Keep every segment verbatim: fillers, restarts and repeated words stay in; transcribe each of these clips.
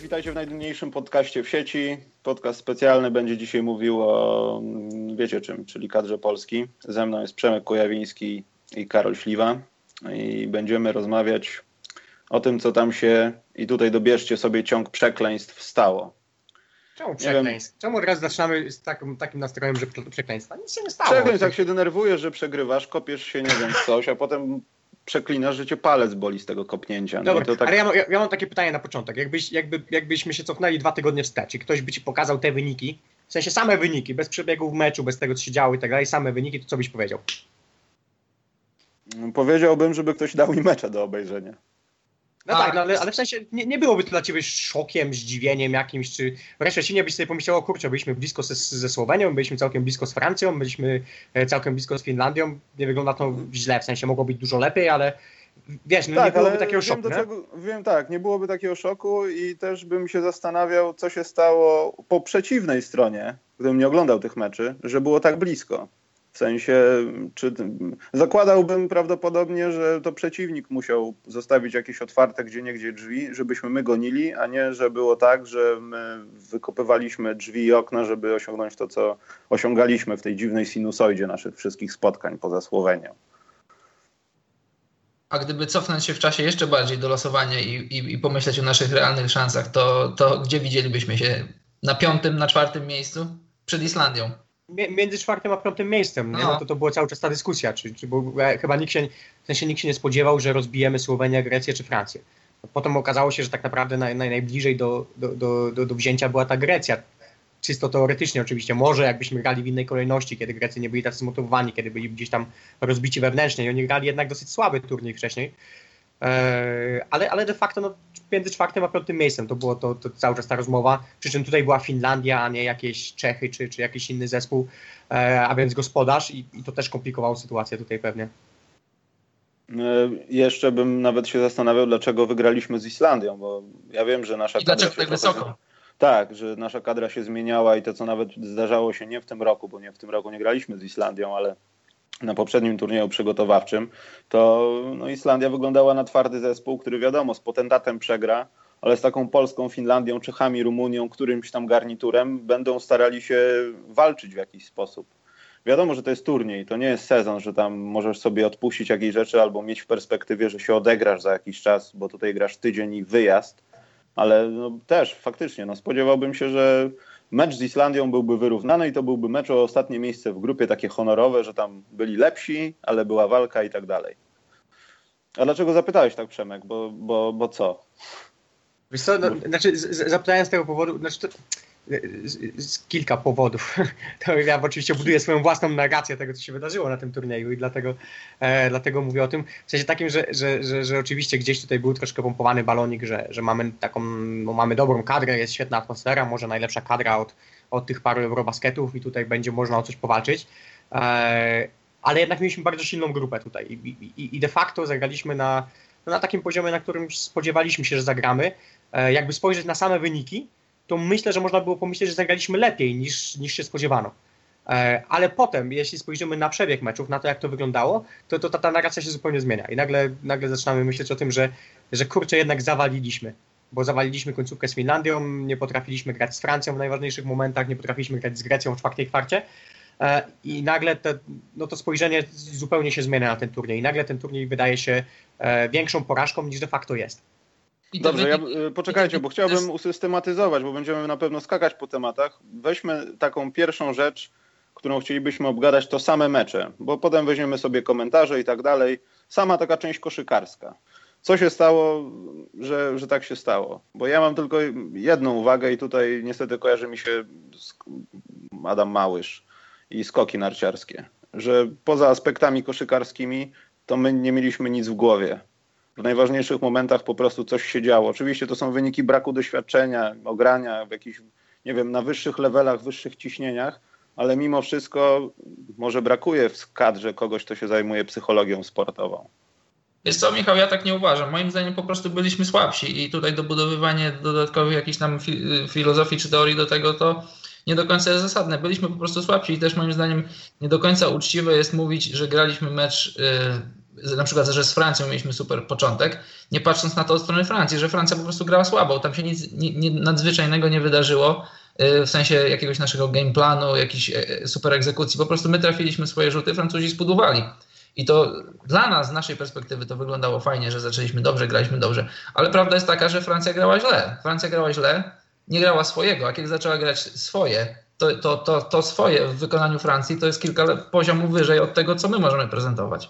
witajcie w najdłuższym podcaście w sieci. Podcast specjalny będzie dzisiaj mówił o, wiecie czym, czyli kadrze Polski. Ze mną jest Przemek Kujawiński i Karol Śliwa i będziemy rozmawiać o tym, co tam się, i tutaj dobierzcie sobie ciąg przekleństw, stało. Czemu przekleństw? Czemu od razu zaczynamy z takim, takim nastrojem, że przekleństwa? Nic się nie stało. Przekleństw, jak się denerwujesz, że przegrywasz, kopiesz się nie wiem w coś, a potem przeklinasz, że cię palec boli z tego kopnięcia. No. Dobra, to tak... ale ja, ja, ja mam takie pytanie na początek. Jakbyś, jakby, jakbyśmy się cofnęli dwa tygodnie wstecz i ktoś by ci pokazał te wyniki, w sensie same wyniki, bez przebiegów meczu, bez tego, co się działo i tak dalej, same wyniki, to co byś powiedział? Powiedziałbym, żeby ktoś dał mi mecze do obejrzenia. No tak, no ale, ale w sensie nie, nie byłoby to dla ciebie szokiem, zdziwieniem jakimś, czy wreszcie silnie byś sobie pomyślał, o kurczę, byliśmy blisko ze, ze Słowenią, byliśmy całkiem blisko z Francją, byliśmy całkiem blisko z Finlandią, nie wygląda to źle, w sensie mogło być dużo lepiej, ale wiesz, no tak, nie byłoby ale takiego wiem, szoku, do nie? czego, wiem, tak, nie byłoby takiego szoku i też bym się zastanawiał, co się stało po przeciwnej stronie, gdybym nie oglądał tych meczy, że było tak blisko. W sensie, czy zakładałbym prawdopodobnie, że to przeciwnik musiał zostawić jakieś otwarte gdzieniegdzie drzwi, żebyśmy my gonili, a nie, że było tak, że my wykopywaliśmy drzwi i okna, żeby osiągnąć to, co osiągaliśmy w tej dziwnej sinusoidzie naszych wszystkich spotkań poza Słowenią. A gdyby cofnąć się w czasie jeszcze bardziej do losowania i, i, i pomyśleć o naszych realnych szansach, to, to gdzie widzielibyśmy się? Na piątym, na czwartym miejscu? Przed Islandią. Między czwartym a piątym miejscem, nie? No to, to była cały czas ta dyskusja, czy, czy bo chyba nikt się, w sensie nikt się nie spodziewał, że rozbijemy Słowenię, Grecję czy Francję. Potem okazało się, że tak naprawdę naj, naj, najbliżej do, do, do, do, do wzięcia była ta Grecja. Czysto teoretycznie oczywiście, może jakbyśmy grali w innej kolejności, kiedy Grecy nie byli tacy zmotywowani, kiedy byli gdzieś tam rozbici wewnętrznie i oni grali jednak dosyć słaby turniej wcześniej. Eee, ale, ale de facto no, między czwartym a piątym miejscem to było to, to cały czas ta rozmowa, przy czym tutaj była Finlandia, a nie jakieś Czechy czy, czy jakiś inny zespół, eee, a więc gospodarz i, i to też komplikowało sytuację tutaj pewnie. Jeszcze bym nawet się zastanawiał, dlaczego wygraliśmy z Islandią, bo ja wiem, że nasza I dlaczego kadra tak wysoko? Tak, że nasza kadra się zmieniała i to, co nawet zdarzało się nie w tym roku, bo nie w tym roku nie graliśmy z Islandią, ale na poprzednim turnieju przygotowawczym, to no, Islandia wyglądała na twardy zespół, który wiadomo, z potentatem przegra, ale z taką Polską, Finlandią, Czechami, Rumunią, którymś tam garniturem będą starali się walczyć w jakiś sposób. Wiadomo, że to jest turniej, to nie jest sezon, że tam możesz sobie odpuścić jakieś rzeczy albo mieć w perspektywie, że się odegrasz za jakiś czas, bo tutaj grasz tydzień i wyjazd, ale no, też faktycznie no, spodziewałbym się, że mecz z Islandią byłby wyrównany i to byłby mecz o ostatnie miejsce w grupie, takie honorowe, że tam byli lepsi, ale była walka i tak dalej. A dlaczego zapytałeś tak, Przemek? Bo, bo, bo co? Wiesz co, no, znaczy z, zapytałem z tego powodu, znaczy to, z, z kilka powodów. To ja oczywiście buduję swoją własną narrację tego, co się wydarzyło na tym turnieju i dlatego, e, dlatego mówię o tym. W sensie takim, że, że, że, że oczywiście gdzieś tutaj był troszkę pompowany balonik, że, że mamy taką, no, mamy dobrą kadrę, jest świetna atmosfera, może najlepsza kadra od, od tych paru Eurobasketów i tutaj będzie można o coś powalczyć. E, ale jednak mieliśmy bardzo silną grupę tutaj i, i, i de facto zagraliśmy na, no, na takim poziomie, na którym spodziewaliśmy się, że zagramy. E, jakby spojrzeć na same wyniki, to myślę, że można było pomyśleć, że zagraliśmy lepiej niż, niż się spodziewano. E, ale potem, jeśli spojrzymy na przebieg meczów, na to, jak to wyglądało, to, to ta, ta narracja się zupełnie zmienia. I nagle, nagle zaczynamy myśleć o tym, że, że kurczę, jednak zawaliliśmy. Bo zawaliliśmy końcówkę z Finlandią, nie potrafiliśmy grać z Francją w najważniejszych momentach, nie potrafiliśmy grać z Grecją w czwartej kwarcie. E, I nagle te, no to spojrzenie zupełnie się zmienia na ten turniej. I nagle ten turniej wydaje się e, większą porażką niż de facto jest. Dobrze, ja, poczekajcie, bo chciałbym usystematyzować, bo będziemy na pewno skakać po tematach. Weźmy taką pierwszą rzecz, którą chcielibyśmy obgadać, to same mecze, bo potem weźmiemy sobie komentarze i tak dalej. Sama taka część koszykarska. Co się stało, że, że tak się stało? Bo ja mam tylko jedną uwagę i tutaj niestety kojarzy mi się Adam Małysz i skoki narciarskie, że poza aspektami koszykarskimi to my nie mieliśmy nic w głowie. W najważniejszych momentach po prostu coś się działo. Oczywiście to są wyniki braku doświadczenia, ogrania w jakichś, nie wiem, na wyższych levelach, wyższych ciśnieniach, ale mimo wszystko może brakuje w kadrze kogoś, kto się zajmuje psychologią sportową. Wiesz co, Michał, ja tak nie uważam. Moim zdaniem po prostu byliśmy słabsi i tutaj dobudowywanie dodatkowych jakichś tam fi- filozofii czy teorii do tego to nie do końca jest zasadne. Byliśmy po prostu słabsi i też moim zdaniem nie do końca uczciwe jest mówić, że graliśmy mecz yy, na przykład, że z Francją mieliśmy super początek, nie patrząc na to od strony Francji, że Francja po prostu grała słabo, tam się nic nie, nie, nadzwyczajnego nie wydarzyło, w sensie jakiegoś naszego game planu, jakiejś super egzekucji, po prostu my trafiliśmy swoje rzuty, Francuzi spudłowali. I to dla nas, z naszej perspektywy, to wyglądało fajnie, że zaczęliśmy dobrze, graliśmy dobrze, ale prawda jest taka, że Francja grała źle. Francja grała źle, nie grała swojego, a kiedy zaczęła grać swoje, to, to, to, to swoje w wykonaniu Francji to jest kilka poziomów wyżej od tego, co my możemy prezentować.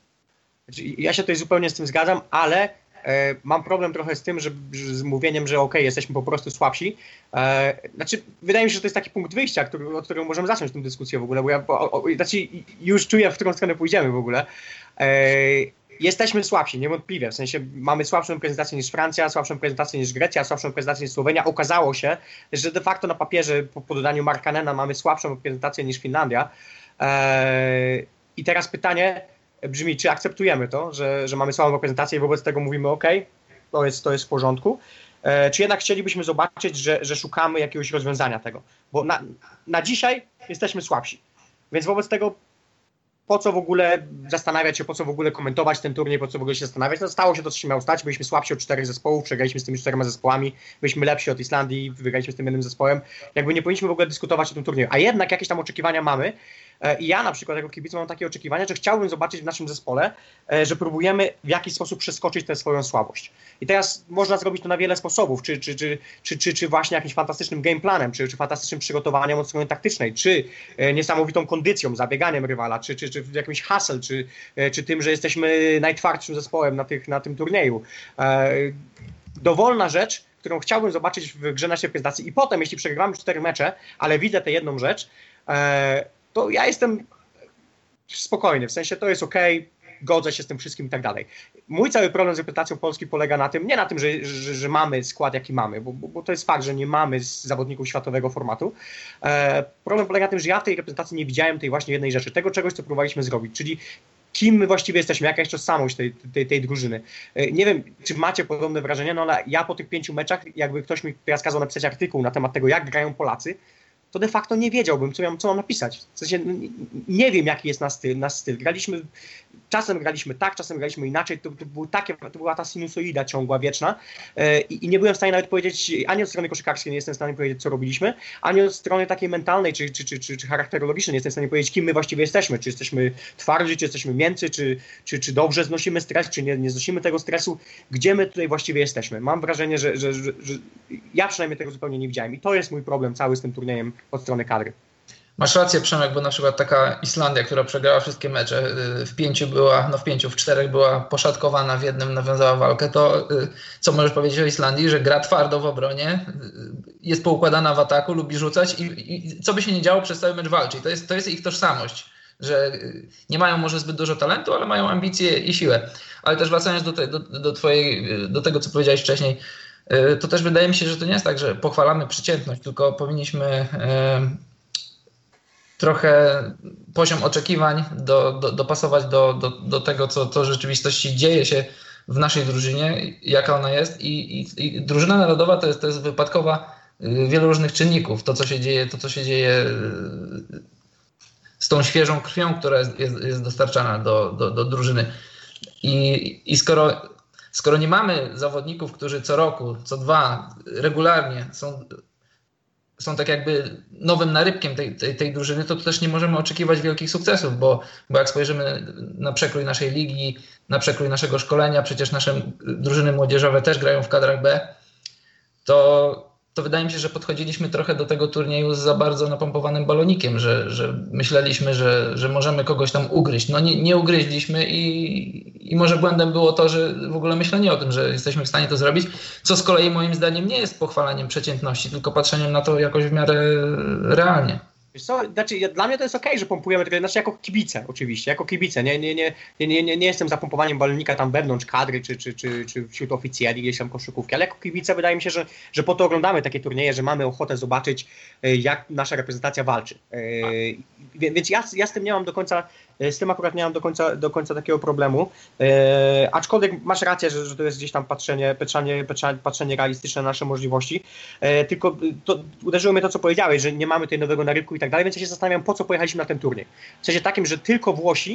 Ja się tutaj zupełnie z tym zgadzam, ale e, mam problem trochę z tym, że, że z mówieniem, że okej, okay, jesteśmy po prostu słabsi. E, znaczy, wydaje mi się, że to jest taki punkt wyjścia, który, od którego możemy zacząć tę dyskusję w ogóle, bo ja bo, o, znaczy, już czuję, w którą stronę pójdziemy w ogóle. E, Jesteśmy słabsi, niewątpliwie. W sensie mamy słabszą reprezentację niż Francja, słabszą reprezentację niż Grecja, słabszą reprezentację niż Słowenia. Okazało się, że de facto na papierze po, po dodaniu Markkanena mamy słabszą reprezentację niż Finlandia. Eee, I teraz pytanie brzmi, czy akceptujemy to, że, że mamy słabą reprezentację i wobec tego mówimy OK, to jest, to jest w porządku. Eee, czy jednak chcielibyśmy zobaczyć, że, że szukamy jakiegoś rozwiązania tego? Bo na, na dzisiaj jesteśmy słabsi. Więc wobec tego po co w ogóle zastanawiać się, po co w ogóle komentować ten turniej, po co w ogóle się zastanawiać. No stało się to, co się miało stać. Byliśmy słabsi od czterech zespołów, przegraliśmy z tymi czterema zespołami, byliśmy lepsi od Islandii, wygraliśmy z tym jednym zespołem. Jakby nie powinniśmy w ogóle dyskutować o tym turnieju. A jednak jakieś tam oczekiwania mamy. I ja na przykład jako kibic mam takie oczekiwania, że chciałbym zobaczyć w naszym zespole, że próbujemy w jakiś sposób przeskoczyć tę swoją słabość. I teraz można zrobić to na wiele sposobów, czy, czy, czy, czy, czy, czy właśnie jakimś fantastycznym game planem, czy, czy fantastycznym przygotowaniem od strony taktycznej, czy niesamowitą kondycją, zabieganiem rywala, czy, czy, czy jakimś hustle, czy, czy tym, że jesteśmy najtwardszym zespołem na, tych, na tym turnieju. Dowolna rzecz, którą chciałbym zobaczyć w grze naszej reprezentacji i potem, jeśli przegrywamy cztery mecze, ale widzę tę jedną rzecz, to ja jestem spokojny, w sensie to jest okej, okay, godzę się z tym wszystkim i tak dalej. Mój cały problem z reprezentacją Polski polega na tym, nie na tym, że, że, że mamy skład jaki mamy, bo, bo, bo to jest fakt, że nie mamy zawodników światowego formatu. E, problem polega na tym, że ja w tej reprezentacji nie widziałem tej właśnie jednej rzeczy, tego czegoś, co próbowaliśmy zrobić, czyli kim my właściwie jesteśmy, jaka jest tożsamość tej, tej, tej drużyny. E, nie wiem, czy macie podobne wrażenie, no ale ja po tych pięciu meczach, jakby ktoś mi teraz kazał napisać artykuł na temat tego, jak grają Polacy, to de facto nie wiedziałbym, co mam, co mam napisać. W sensie nie wiem, jaki jest nasz styl. Nasz styl. Graliśmy, czasem graliśmy tak, czasem graliśmy inaczej. To, to, był takie, to była ta sinusoida ciągła, wieczna e, i, i nie byłem w stanie nawet powiedzieć, ani od strony koszykarskiej nie jestem w stanie powiedzieć, co robiliśmy, ani od strony takiej mentalnej czy, czy, czy, czy, czy charakterologicznej nie jestem w stanie powiedzieć, kim my właściwie jesteśmy. Czy jesteśmy twardzi, czy jesteśmy miękcy, czy, czy, czy dobrze znosimy stres, czy nie, nie znosimy tego stresu. Gdzie my tutaj właściwie jesteśmy? Mam wrażenie, że, że, że, że ja przynajmniej tego zupełnie nie widziałem i to jest mój problem cały z tym turniejem od strony kadry. Masz rację, Przemek, bo na przykład taka Islandia, która przegrała wszystkie mecze, w pięciu była, no w pięciu, w czterech była poszatkowana, w jednym nawiązała walkę, to co możesz powiedzieć o Islandii, że gra twardo w obronie, jest poukładana w ataku, lubi rzucać i, i co by się nie działo, przez cały mecz walczy. I to jest, to jest ich tożsamość, że nie mają może zbyt dużo talentu, ale mają ambicje i siłę. Ale też wracając do, te, do, do, twojej, do tego, co powiedziałeś wcześniej, to też wydaje mi się, że to nie jest tak, że pochwalamy przeciętność, tylko powinniśmy trochę poziom oczekiwań do, do, dopasować do, do, do tego, co, co w rzeczywistości dzieje się w naszej drużynie, jaka ona jest. I, i, i drużyna narodowa to jest, to jest wypadkowa wielu różnych czynników. To, co się dzieje, to, co się dzieje z tą świeżą krwią, która jest, jest, jest dostarczana do, do, do drużyny. I, i skoro, skoro nie mamy zawodników, którzy co roku, co dwa regularnie są są tak jakby nowym narybkiem tej, tej, tej drużyny, to, to też nie możemy oczekiwać wielkich sukcesów, bo, bo jak spojrzymy na przekrój naszej ligi, na przekrój naszego szkolenia, przecież nasze drużyny młodzieżowe też grają w kadrach B, to, to wydaje mi się, że podchodziliśmy trochę do tego turnieju z za bardzo napompowanym balonikiem, że, że myśleliśmy, że, że możemy kogoś tam ugryźć. No nie, nie ugryźliśmy i, i może błędem było to, że w ogóle myślenie o tym, że jesteśmy w stanie to zrobić, co z kolei moim zdaniem nie jest pochwalaniem przeciętności, tylko patrzeniem na to jakoś w miarę realnie. Wiesz co, znaczy, ja, dla mnie to jest okej, okay, że pompujemy tylko, znaczy jako kibice oczywiście, jako kibice, nie, nie, nie, nie, nie, nie jestem za pompowaniem balonika tam wewnątrz kadry, czy, czy, czy, czy wśród oficjeli gdzieś tam koszykówki, ale jako kibice wydaje mi się, że, że po to oglądamy takie turnieje, że mamy ochotę zobaczyć, jak nasza reprezentacja walczy. Yy, więc ja, ja z tym nie mam do końca, z tym akurat nie mam do końca, do końca takiego problemu, yy, aczkolwiek masz rację, że, że to jest gdzieś tam patrzenie, patrzenie, patrzenie realistyczne na nasze możliwości, yy, tylko to, uderzyło mnie to, co powiedziałeś, że nie mamy tej nowego narybku i tak dalej, więc ja się zastanawiam, po co pojechaliśmy na ten turniej. W sensie takim, że tylko Włosi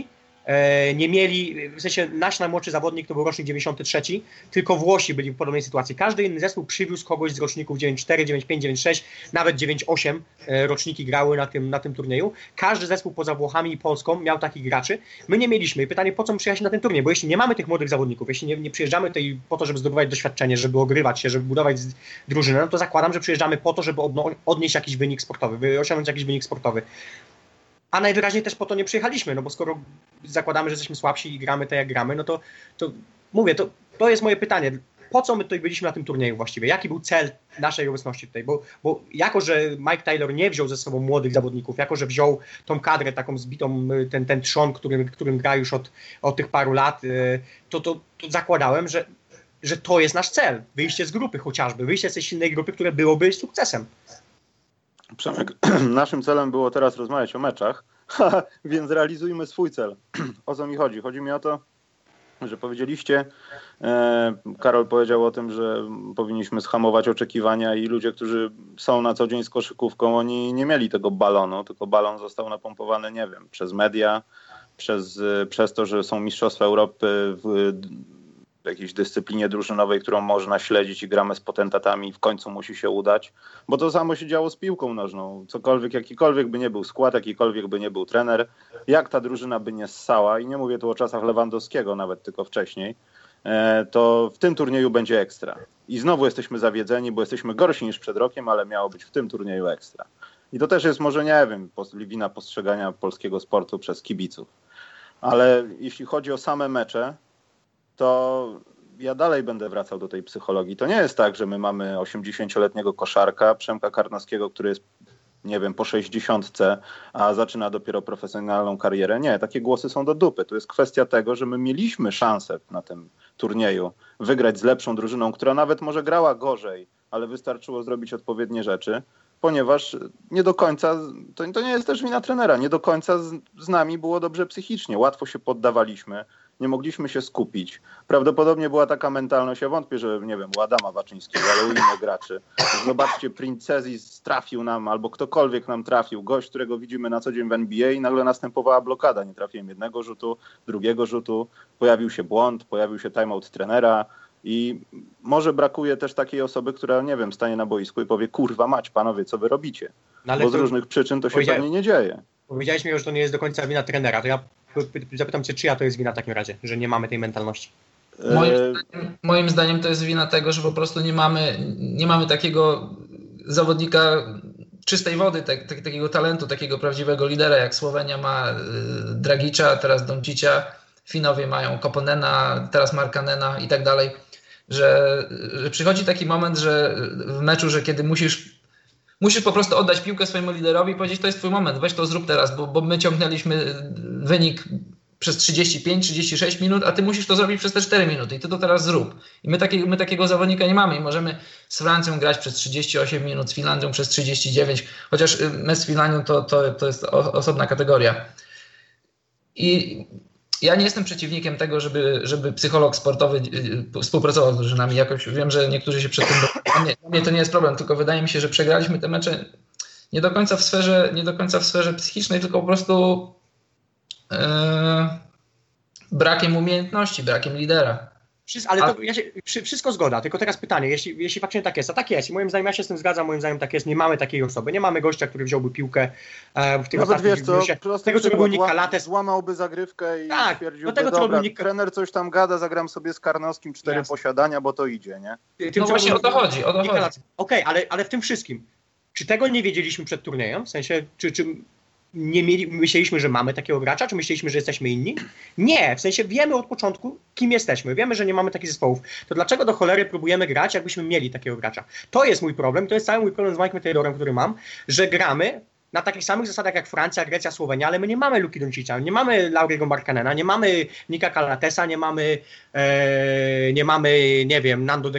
e, nie mieli, w sensie nasz najmłodszy zawodnik to był rocznik dziewięćdziesiąty trzeci, tylko Włosi byli w podobnej sytuacji. Każdy inny zespół przywiózł kogoś z roczników dziewięćdziesiąt cztery, dziewięćdziesiąt pięć, dziewięćdziesiąt sześć, nawet dziewięćdziesiąt osiem e, roczniki grały na tym, na tym turnieju. Każdy zespół poza Włochami i Polską miał takich graczy. My nie mieliśmy i pytanie, po co my przyjechać na ten turniej, bo jeśli nie mamy tych młodych zawodników, jeśli nie, nie przyjeżdżamy tutaj po to, żeby zdobywać doświadczenie, żeby ogrywać się, żeby budować drużynę, no to zakładam, że przyjeżdżamy po to, żeby odno- odnieść jakiś wynik sportowy, osiągnąć jakiś wynik sportowy. A najwyraźniej też po to nie przyjechaliśmy, no bo skoro zakładamy, że jesteśmy słabsi i gramy tak jak gramy, no to, to mówię, to, to jest moje pytanie. Po co my tutaj byliśmy na tym turnieju właściwie? Jaki był cel naszej obecności tutaj? Bo, bo jako, że Mike Taylor nie wziął ze sobą młodych zawodników, jako, że wziął tą kadrę taką zbitą, ten, ten trzon, którym, którym gra już od, od tych paru lat, to, to, to zakładałem, że, że to jest nasz cel. Wyjście z grupy chociażby, wyjście z tej silnej grupy, które byłoby sukcesem. Przemek, naszym celem było teraz rozmawiać o meczach, więc realizujmy swój cel. O co mi chodzi? Chodzi mi o to, że powiedzieliście, e, Karol powiedział o tym, że powinniśmy schamować oczekiwania i ludzie, którzy są na co dzień z koszykówką, oni nie mieli tego balonu, tylko balon został napompowany, nie wiem, przez media, przez, przez to, że są mistrzostwa Europy w, w jakiejś dyscyplinie drużynowej, którą można śledzić i gramy z potentatami i w końcu musi się udać, bo to samo się działo z piłką nożną. Cokolwiek, jakikolwiek by nie był skład, jakikolwiek by nie był trener, jak ta drużyna by nie ssała, i nie mówię tu o czasach Lewandowskiego nawet, tylko wcześniej, to w tym turnieju będzie ekstra. I znowu jesteśmy zawiedzeni, bo jesteśmy gorsi niż przed rokiem, ale miało być w tym turnieju ekstra. I to też jest może, nie wiem, wina postrzegania polskiego sportu przez kibiców. Ale jeśli chodzi o same mecze, to ja dalej będę wracał do tej psychologii. To nie jest tak, że my mamy osiemdziesięcioletniego koszarka, Przemka Karnowskiego, który jest, nie wiem, po sześćdziesiątce, a zaczyna dopiero profesjonalną karierę. Nie, takie głosy są do dupy. To jest kwestia tego, że my mieliśmy szansę na tym turnieju wygrać z lepszą drużyną, która nawet może grała gorzej, ale wystarczyło zrobić odpowiednie rzeczy, ponieważ nie do końca, to, to nie jest też wina trenera, nie do końca z, z nami było dobrze psychicznie. Łatwo się poddawaliśmy. Nie mogliśmy się skupić. Prawdopodobnie była taka mentalność, ja wątpię, że, nie wiem, u Adama Waczyńskiego, ale u innych graczy. Zobaczcie, Princezis trafił nam, albo ktokolwiek nam trafił, gość, którego widzimy na co dzień w N B A, i nagle następowała blokada. Nie trafiłem jednego rzutu, drugiego rzutu, pojawił się błąd, pojawił się timeout trenera i może brakuje też takiej osoby, która, nie wiem, stanie na boisku i powie, kurwa mać, panowie, co wy robicie? No, bo z różnych przyczyn to się pewnie nie dzieje. Powiedziałeś mi, że to nie jest do końca wina trenera, to ja zapytam cię, czyja to jest wina w takim razie, że nie mamy tej mentalności? Moim zdaniem, moim zdaniem to jest wina tego, że po prostu nie mamy, nie mamy takiego zawodnika czystej wody, tak, tak, takiego talentu, takiego prawdziwego lidera, jak Słowenia ma Dragicza, teraz Doncicia, Finowie mają Koponena, teraz Markkanena i tak dalej, że, że przychodzi taki moment, że w meczu, że kiedy musisz Musisz po prostu oddać piłkę swojemu liderowi i powiedzieć, to jest twój moment, weź to zrób teraz, bo, bo my ciągnęliśmy wynik przez trzydzieści pięć trzydzieści sześć minut, a ty musisz to zrobić przez te cztery minuty i ty to teraz zrób. I my, taki, my takiego zawodnika nie mamy i możemy z Francją grać przez trzydzieści osiem minut, z Finlandią przez trzydzieści dziewięć, chociaż mecz z Finlandią to, to, to jest osobna kategoria. I ja nie jestem przeciwnikiem tego, żeby, żeby psycholog sportowy współpracował z drużynami. Jakoś wiem, że niektórzy się przed tym... Dla mnie, dla mnie to nie jest problem, tylko wydaje mi się, że przegraliśmy te mecze nie do końca w sferze, nie do końca w sferze psychicznej, tylko po prostu yy, brakiem umiejętności, brakiem lidera. Ale to, ja się, wszystko zgoda, tylko teraz pytanie, jeśli, jeśli faktycznie tak jest, a tak jest, i moim zdaniem ja się z tym zgadzam, moim zdaniem tak jest, nie mamy takiej osoby, nie mamy gościa, który wziąłby piłkę e, w tych Nawet wiesz co, się, tego co robił Nick Calates, złamałby zagrywkę i tak, stwierdziłby, tego, co dobra, Nick... trener coś tam gada, zagram sobie z Karnowskim cztery Jasne. posiadania, bo to idzie, nie? Tym, no właśnie o to chodzi, o to chodzi. Okej, okay, ale, ale w tym wszystkim, czy tego nie wiedzieliśmy przed turniejem, w sensie, czy... czy nie mieli, myśleliśmy, że mamy takiego gracza, czy myśleliśmy, że jesteśmy inni? Nie, w sensie wiemy od początku, kim jesteśmy, wiemy, że nie mamy takich zespołów. To dlaczego do cholery próbujemy grać, jakbyśmy mieli takiego gracza? To jest mój problem, to jest cały mój problem z Mike'em Taylorem, który mam, że gramy na takich samych zasadach jak Francja, Grecja, Słowenia, ale my nie mamy Luki Doncicza, nie mamy Lauriego Markkanena, nie mamy Nika Calatesa, nie mamy, e, nie mamy, nie wiem, Nando De Colo.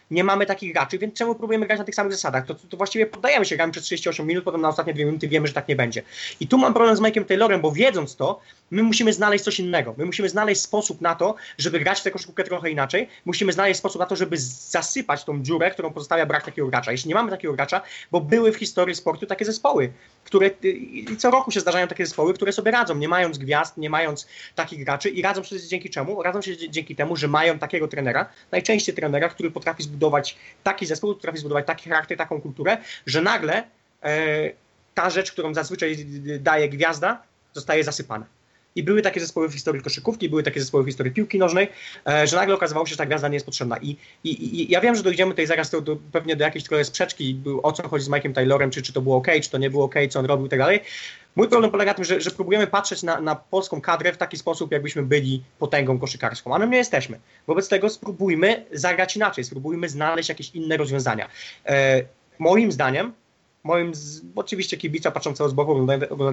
nie mamy takich graczy, więc czemu próbujemy grać na tych samych zasadach? To, to właściwie poddajemy się, gramy przez trzydzieści osiem minut, potem na ostatnie dwie minuty wiemy, że tak nie będzie. I tu mam problem z Mike'em Taylorem, bo wiedząc to, my musimy znaleźć coś innego. My musimy znaleźć sposób na to, żeby grać w tę koszykówkę trochę inaczej. Musimy znaleźć sposób na to, żeby zasypać tą dziurę, którą pozostawia brak takiego gracza. Jeśli nie mamy takiego gracza, bo były w historii sportu takie zespoły, które i co roku się zdarzają takie zespoły, które sobie radzą, nie mając gwiazd, nie mając takich graczy i radzą się dzięki czemu? Radzą się dzięki temu, że mają takiego trenera, najczęściej trenera, który potrafi zbudować taki zespół, potrafi zbudować taki charakter, taką kulturę, że nagle e, ta rzecz, którą zazwyczaj daje gwiazda, zostaje zasypana. I były takie zespoły w historii koszykówki, były takie zespoły w historii piłki nożnej, e, że nagle okazywało się, że ta gwiazda nie jest potrzebna. I, i, i ja wiem, że dojdziemy tutaj zaraz do, do, pewnie do jakiejś trochę sprzeczki, o co chodzi z Mike'em Taylorem, czy, czy to było ok, czy to nie było ok, co on robił i tak dalej. Mój problem polega na tym, że, że próbujemy patrzeć na, na polską kadrę w taki sposób, jakbyśmy byli potęgą koszykarską, a my nie jesteśmy. Wobec tego spróbujmy zagrać inaczej, spróbujmy znaleźć jakieś inne rozwiązania. E, moim zdaniem, moim z, oczywiście kibica patrzącego z boku,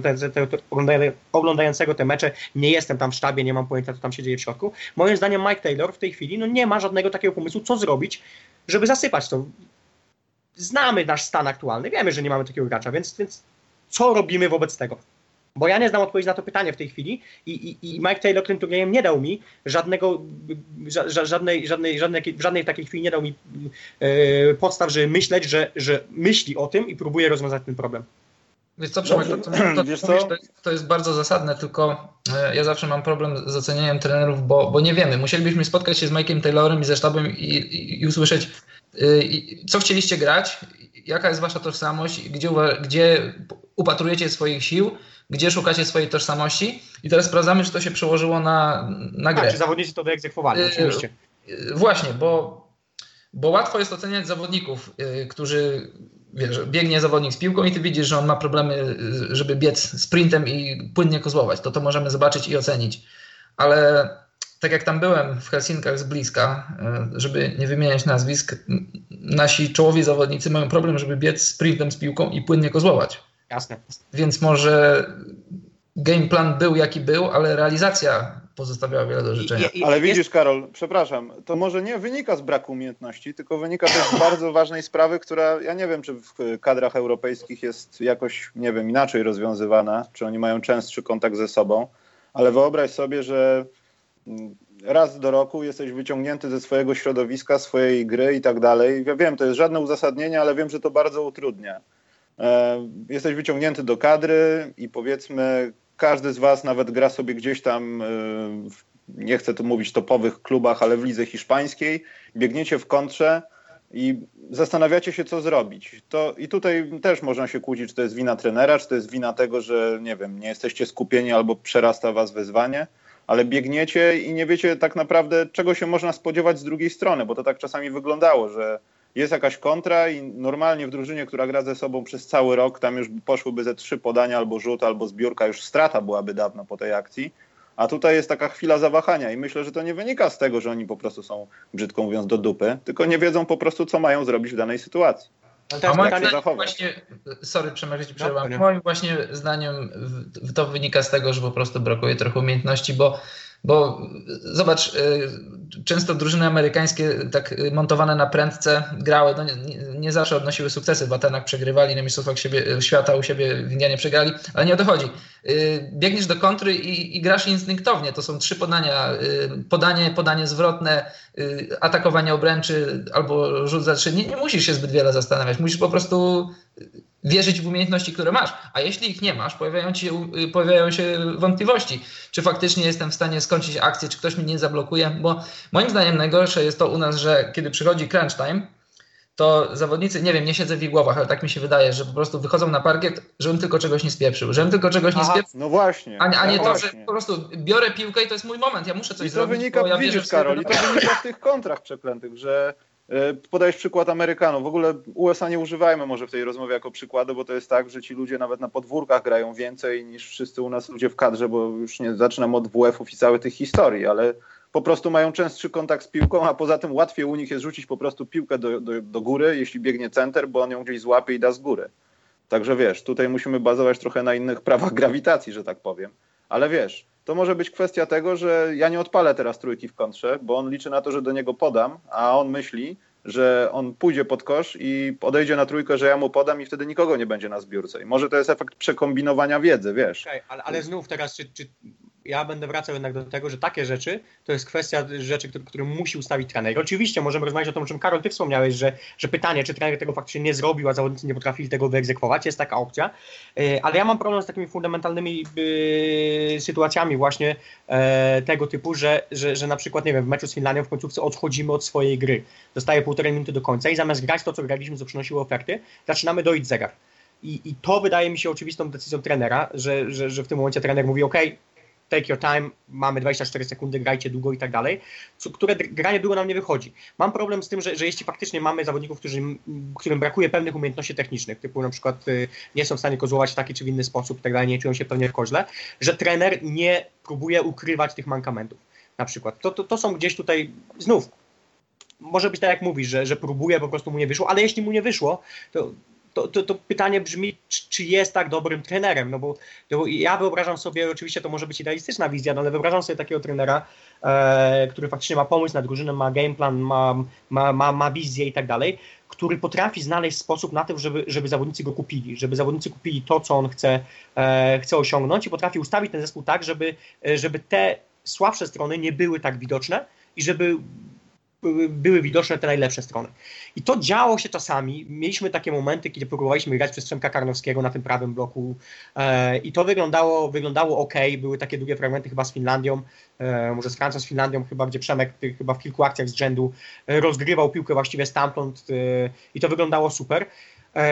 oglądającego te mecze, nie jestem tam w sztabie, nie mam pojęcia, co tam się dzieje w środku. Moim zdaniem Mike Taylor w tej chwili no, nie ma żadnego takiego pomysłu, co zrobić, żeby zasypać to. Znamy nasz stan aktualny, wiemy, że nie mamy takiego gracza, więc, więc co robimy wobec tego? Bo ja nie znam odpowiedzi na to pytanie w tej chwili i, i, i Mike Taylor tym turniejem nie dał mi żadnego, ża, żadnej, żadnej, żadnej, w żadnej takiej chwili nie dał mi e, podstaw, żeby myśleć, że, że myśli o tym i próbuje rozwiązać ten problem. Wiesz co, Przemek, to, to, to, Wiesz co? To, jest, to jest bardzo zasadne, tylko e, ja zawsze mam problem z ocenianiem trenerów, bo, bo nie wiemy. Musielibyśmy spotkać się z Mike'em Taylorem i ze sztabem i, i, i usłyszeć, y, co chcieliście grać, jaka jest wasza tożsamość, gdzie, gdzie upatrujecie swoich sił, gdzie szukacie swojej tożsamości i teraz sprawdzamy, czy to się przełożyło na, na grę. Tak, czy zawodnicy to wyegzekwowali, yy, oczywiście. Yy, właśnie, bo, bo łatwo jest oceniać zawodników, yy, którzy, wiesz, biegnie zawodnik z piłką i ty widzisz, że on ma problemy, żeby biec sprintem i płynnie kozłować. To to możemy zobaczyć i ocenić. Ale tak jak tam byłem w Helsinkach z bliska, yy, żeby nie wymieniać nazwisk, nasi czołowi zawodnicy mają problem, żeby biec sprintem z piłką i płynnie kozłować. Jasne. Więc może game plan był jaki był, ale realizacja pozostawiała wiele do życzenia. I, i, ale widzisz, Karol, przepraszam, to może nie wynika z braku umiejętności, tylko wynika też z bardzo ważnej sprawy, która, ja nie wiem, czy w kadrach europejskich jest jakoś, nie wiem, inaczej rozwiązywana, czy oni mają częstszy kontakt ze sobą, ale wyobraź sobie, że raz do roku jesteś wyciągnięty ze swojego środowiska, swojej gry i tak dalej. Ja wiem, to jest żadne uzasadnienie, ale wiem, że to bardzo utrudnia. Jesteś wyciągnięty do kadry i powiedzmy każdy z was nawet gra sobie gdzieś tam, nie chcę tu mówić topowych klubach, ale w lidze hiszpańskiej, biegniecie w kontrze i zastanawiacie się, co zrobić. To, i tutaj też można się kłócić, czy to jest wina trenera, czy to jest wina tego, że nie wiem, nie jesteście skupieni albo przerasta was wyzwanie, ale biegniecie i nie wiecie tak naprawdę, czego się można spodziewać z drugiej strony, bo to tak czasami wyglądało, że jest jakaś kontra i normalnie w drużynie, która gra ze sobą przez cały rok, tam już poszłyby ze trzy podania albo rzut, albo zbiórka, już strata byłaby dawno po tej akcji, a tutaj jest taka chwila zawahania i myślę, że to nie wynika z tego, że oni po prostu są, brzydko mówiąc, do dupy, tylko nie wiedzą po prostu, co mają zrobić w danej sytuacji. A moim zdaniem właśnie, sorry, Przemek, że ci przerwam. No, moim właśnie zdaniem to wynika z tego, że po prostu brakuje trochę umiejętności, bo Bo zobacz, często drużyny amerykańskie tak montowane na prędce grały, no nie, nie zawsze odnosiły sukcesy. W Atenach przegrywali, na mistrzostwach siebie, świata u siebie w Indianie przegrali, ale nie o to chodzi. Biegniesz do kontry i, i grasz instynktownie. To są trzy podania. Podanie, podanie zwrotne, atakowanie obręczy albo rzut za trzy. Nie, nie musisz się zbyt wiele zastanawiać. Musisz po prostu wierzyć w umiejętności, które masz. A jeśli ich nie masz, pojawiają, ci, pojawiają się wątpliwości, czy faktycznie jestem w stanie skończyć akcję, czy ktoś mnie nie zablokuje, bo moim zdaniem najgorsze jest to u nas, że kiedy przychodzi crunch time, to zawodnicy, nie wiem, nie siedzę w ich głowach, ale tak mi się wydaje, że po prostu wychodzą na parkiet, żebym tylko czegoś nie spieprzył, żebym tylko czegoś Aha, nie spieprzył. No właśnie. A, a nie no to, właśnie. że po prostu biorę piłkę i to jest mój moment, ja muszę coś I to zrobić. wynika, bo ja widzisz, wierzę w Karol, i to wynika w tych kontrach przeklętych, że podajesz przykład Amerykanów. W ogóle U S A nie używajmy może w tej rozmowie jako przykładu, bo to jest tak, że ci ludzie nawet na podwórkach grają więcej niż wszyscy u nas ludzie w kadrze, bo już nie zaczynam od W F-ów i całych tych historii, ale po prostu mają częstszy kontakt z piłką, a poza tym łatwiej u nich jest rzucić po prostu piłkę do, do, do góry, jeśli biegnie center, bo on ją gdzieś złapie i da z góry. Także wiesz, tutaj musimy bazować trochę na innych prawach grawitacji, że tak powiem. Ale wiesz, to może być kwestia tego, że ja nie odpalę teraz trójki w kontrze, bo on liczy na to, że do niego podam, a on myśli, że on pójdzie pod kosz i odejdzie na trójkę, że ja mu podam i wtedy nikogo nie będzie na zbiórce. I może to jest efekt przekombinowania wiedzy, wiesz. Okay, ale, ale znów teraz, czy, czy ja będę wracał jednak do tego, że takie rzeczy to jest kwestia rzeczy, które, które musi ustawić trener. Oczywiście możemy rozmawiać o tym, o czym Karol, ty wspomniałeś, że, że pytanie, czy trener tego faktycznie nie zrobił, a zawodnicy nie potrafili tego wyegzekwować, jest taka opcja, ale ja mam problem z takimi fundamentalnymi y, sytuacjami właśnie e, tego typu, że, że, że na przykład, nie wiem, w meczu z Finlandią w końcówce odchodzimy od swojej gry, zostaje półtorej minuty do końca i zamiast grać to, co graliśmy, co przynosiło efekty, zaczynamy doić zegar. I, i to wydaje mi się oczywistą decyzją trenera, że, że, że w tym momencie trener mówi, ok, take your time, mamy dwadzieścia cztery sekundy, grajcie długo i tak dalej, co, które granie długo nam nie wychodzi. Mam problem z tym, że, że jeśli faktycznie mamy zawodników, którzy, którym brakuje pewnych umiejętności technicznych, typu na przykład y, nie są w stanie kozłować w taki czy w inny sposób i tak dalej, nie czują się pewnie w koźle, że trener nie próbuje ukrywać tych mankamentów. Na przykład. To, to, to są gdzieś tutaj, znów, może być tak jak mówisz, że, że próbuje, po prostu mu nie wyszło, ale jeśli mu nie wyszło, to To, to, to pytanie brzmi, czy, czy jest tak dobrym trenerem, no bo, no bo ja wyobrażam sobie, oczywiście to może być idealistyczna wizja, no ale wyobrażam sobie takiego trenera, e, który faktycznie ma pomysł na drużynę, ma gameplan, ma, ma, ma, ma wizję i tak dalej, który potrafi znaleźć sposób na to, żeby, żeby zawodnicy go kupili, żeby zawodnicy kupili to, co on chce, e, chce osiągnąć i potrafi ustawić ten zespół tak, żeby, żeby te słabsze strony nie były tak widoczne i żeby były widoczne te najlepsze strony. I to działo się czasami. Mieliśmy takie momenty, kiedy próbowaliśmy grać przez Przemka Karnowskiego na tym prawym bloku e, i to wyglądało, wyglądało ok. Były takie długie fragmenty chyba z Finlandią, e, może z Francją, z Finlandią chyba, gdzie Przemek ty, chyba w kilku akcjach z rzędu e, rozgrywał piłkę właściwie stamtąd e, i to wyglądało super. E,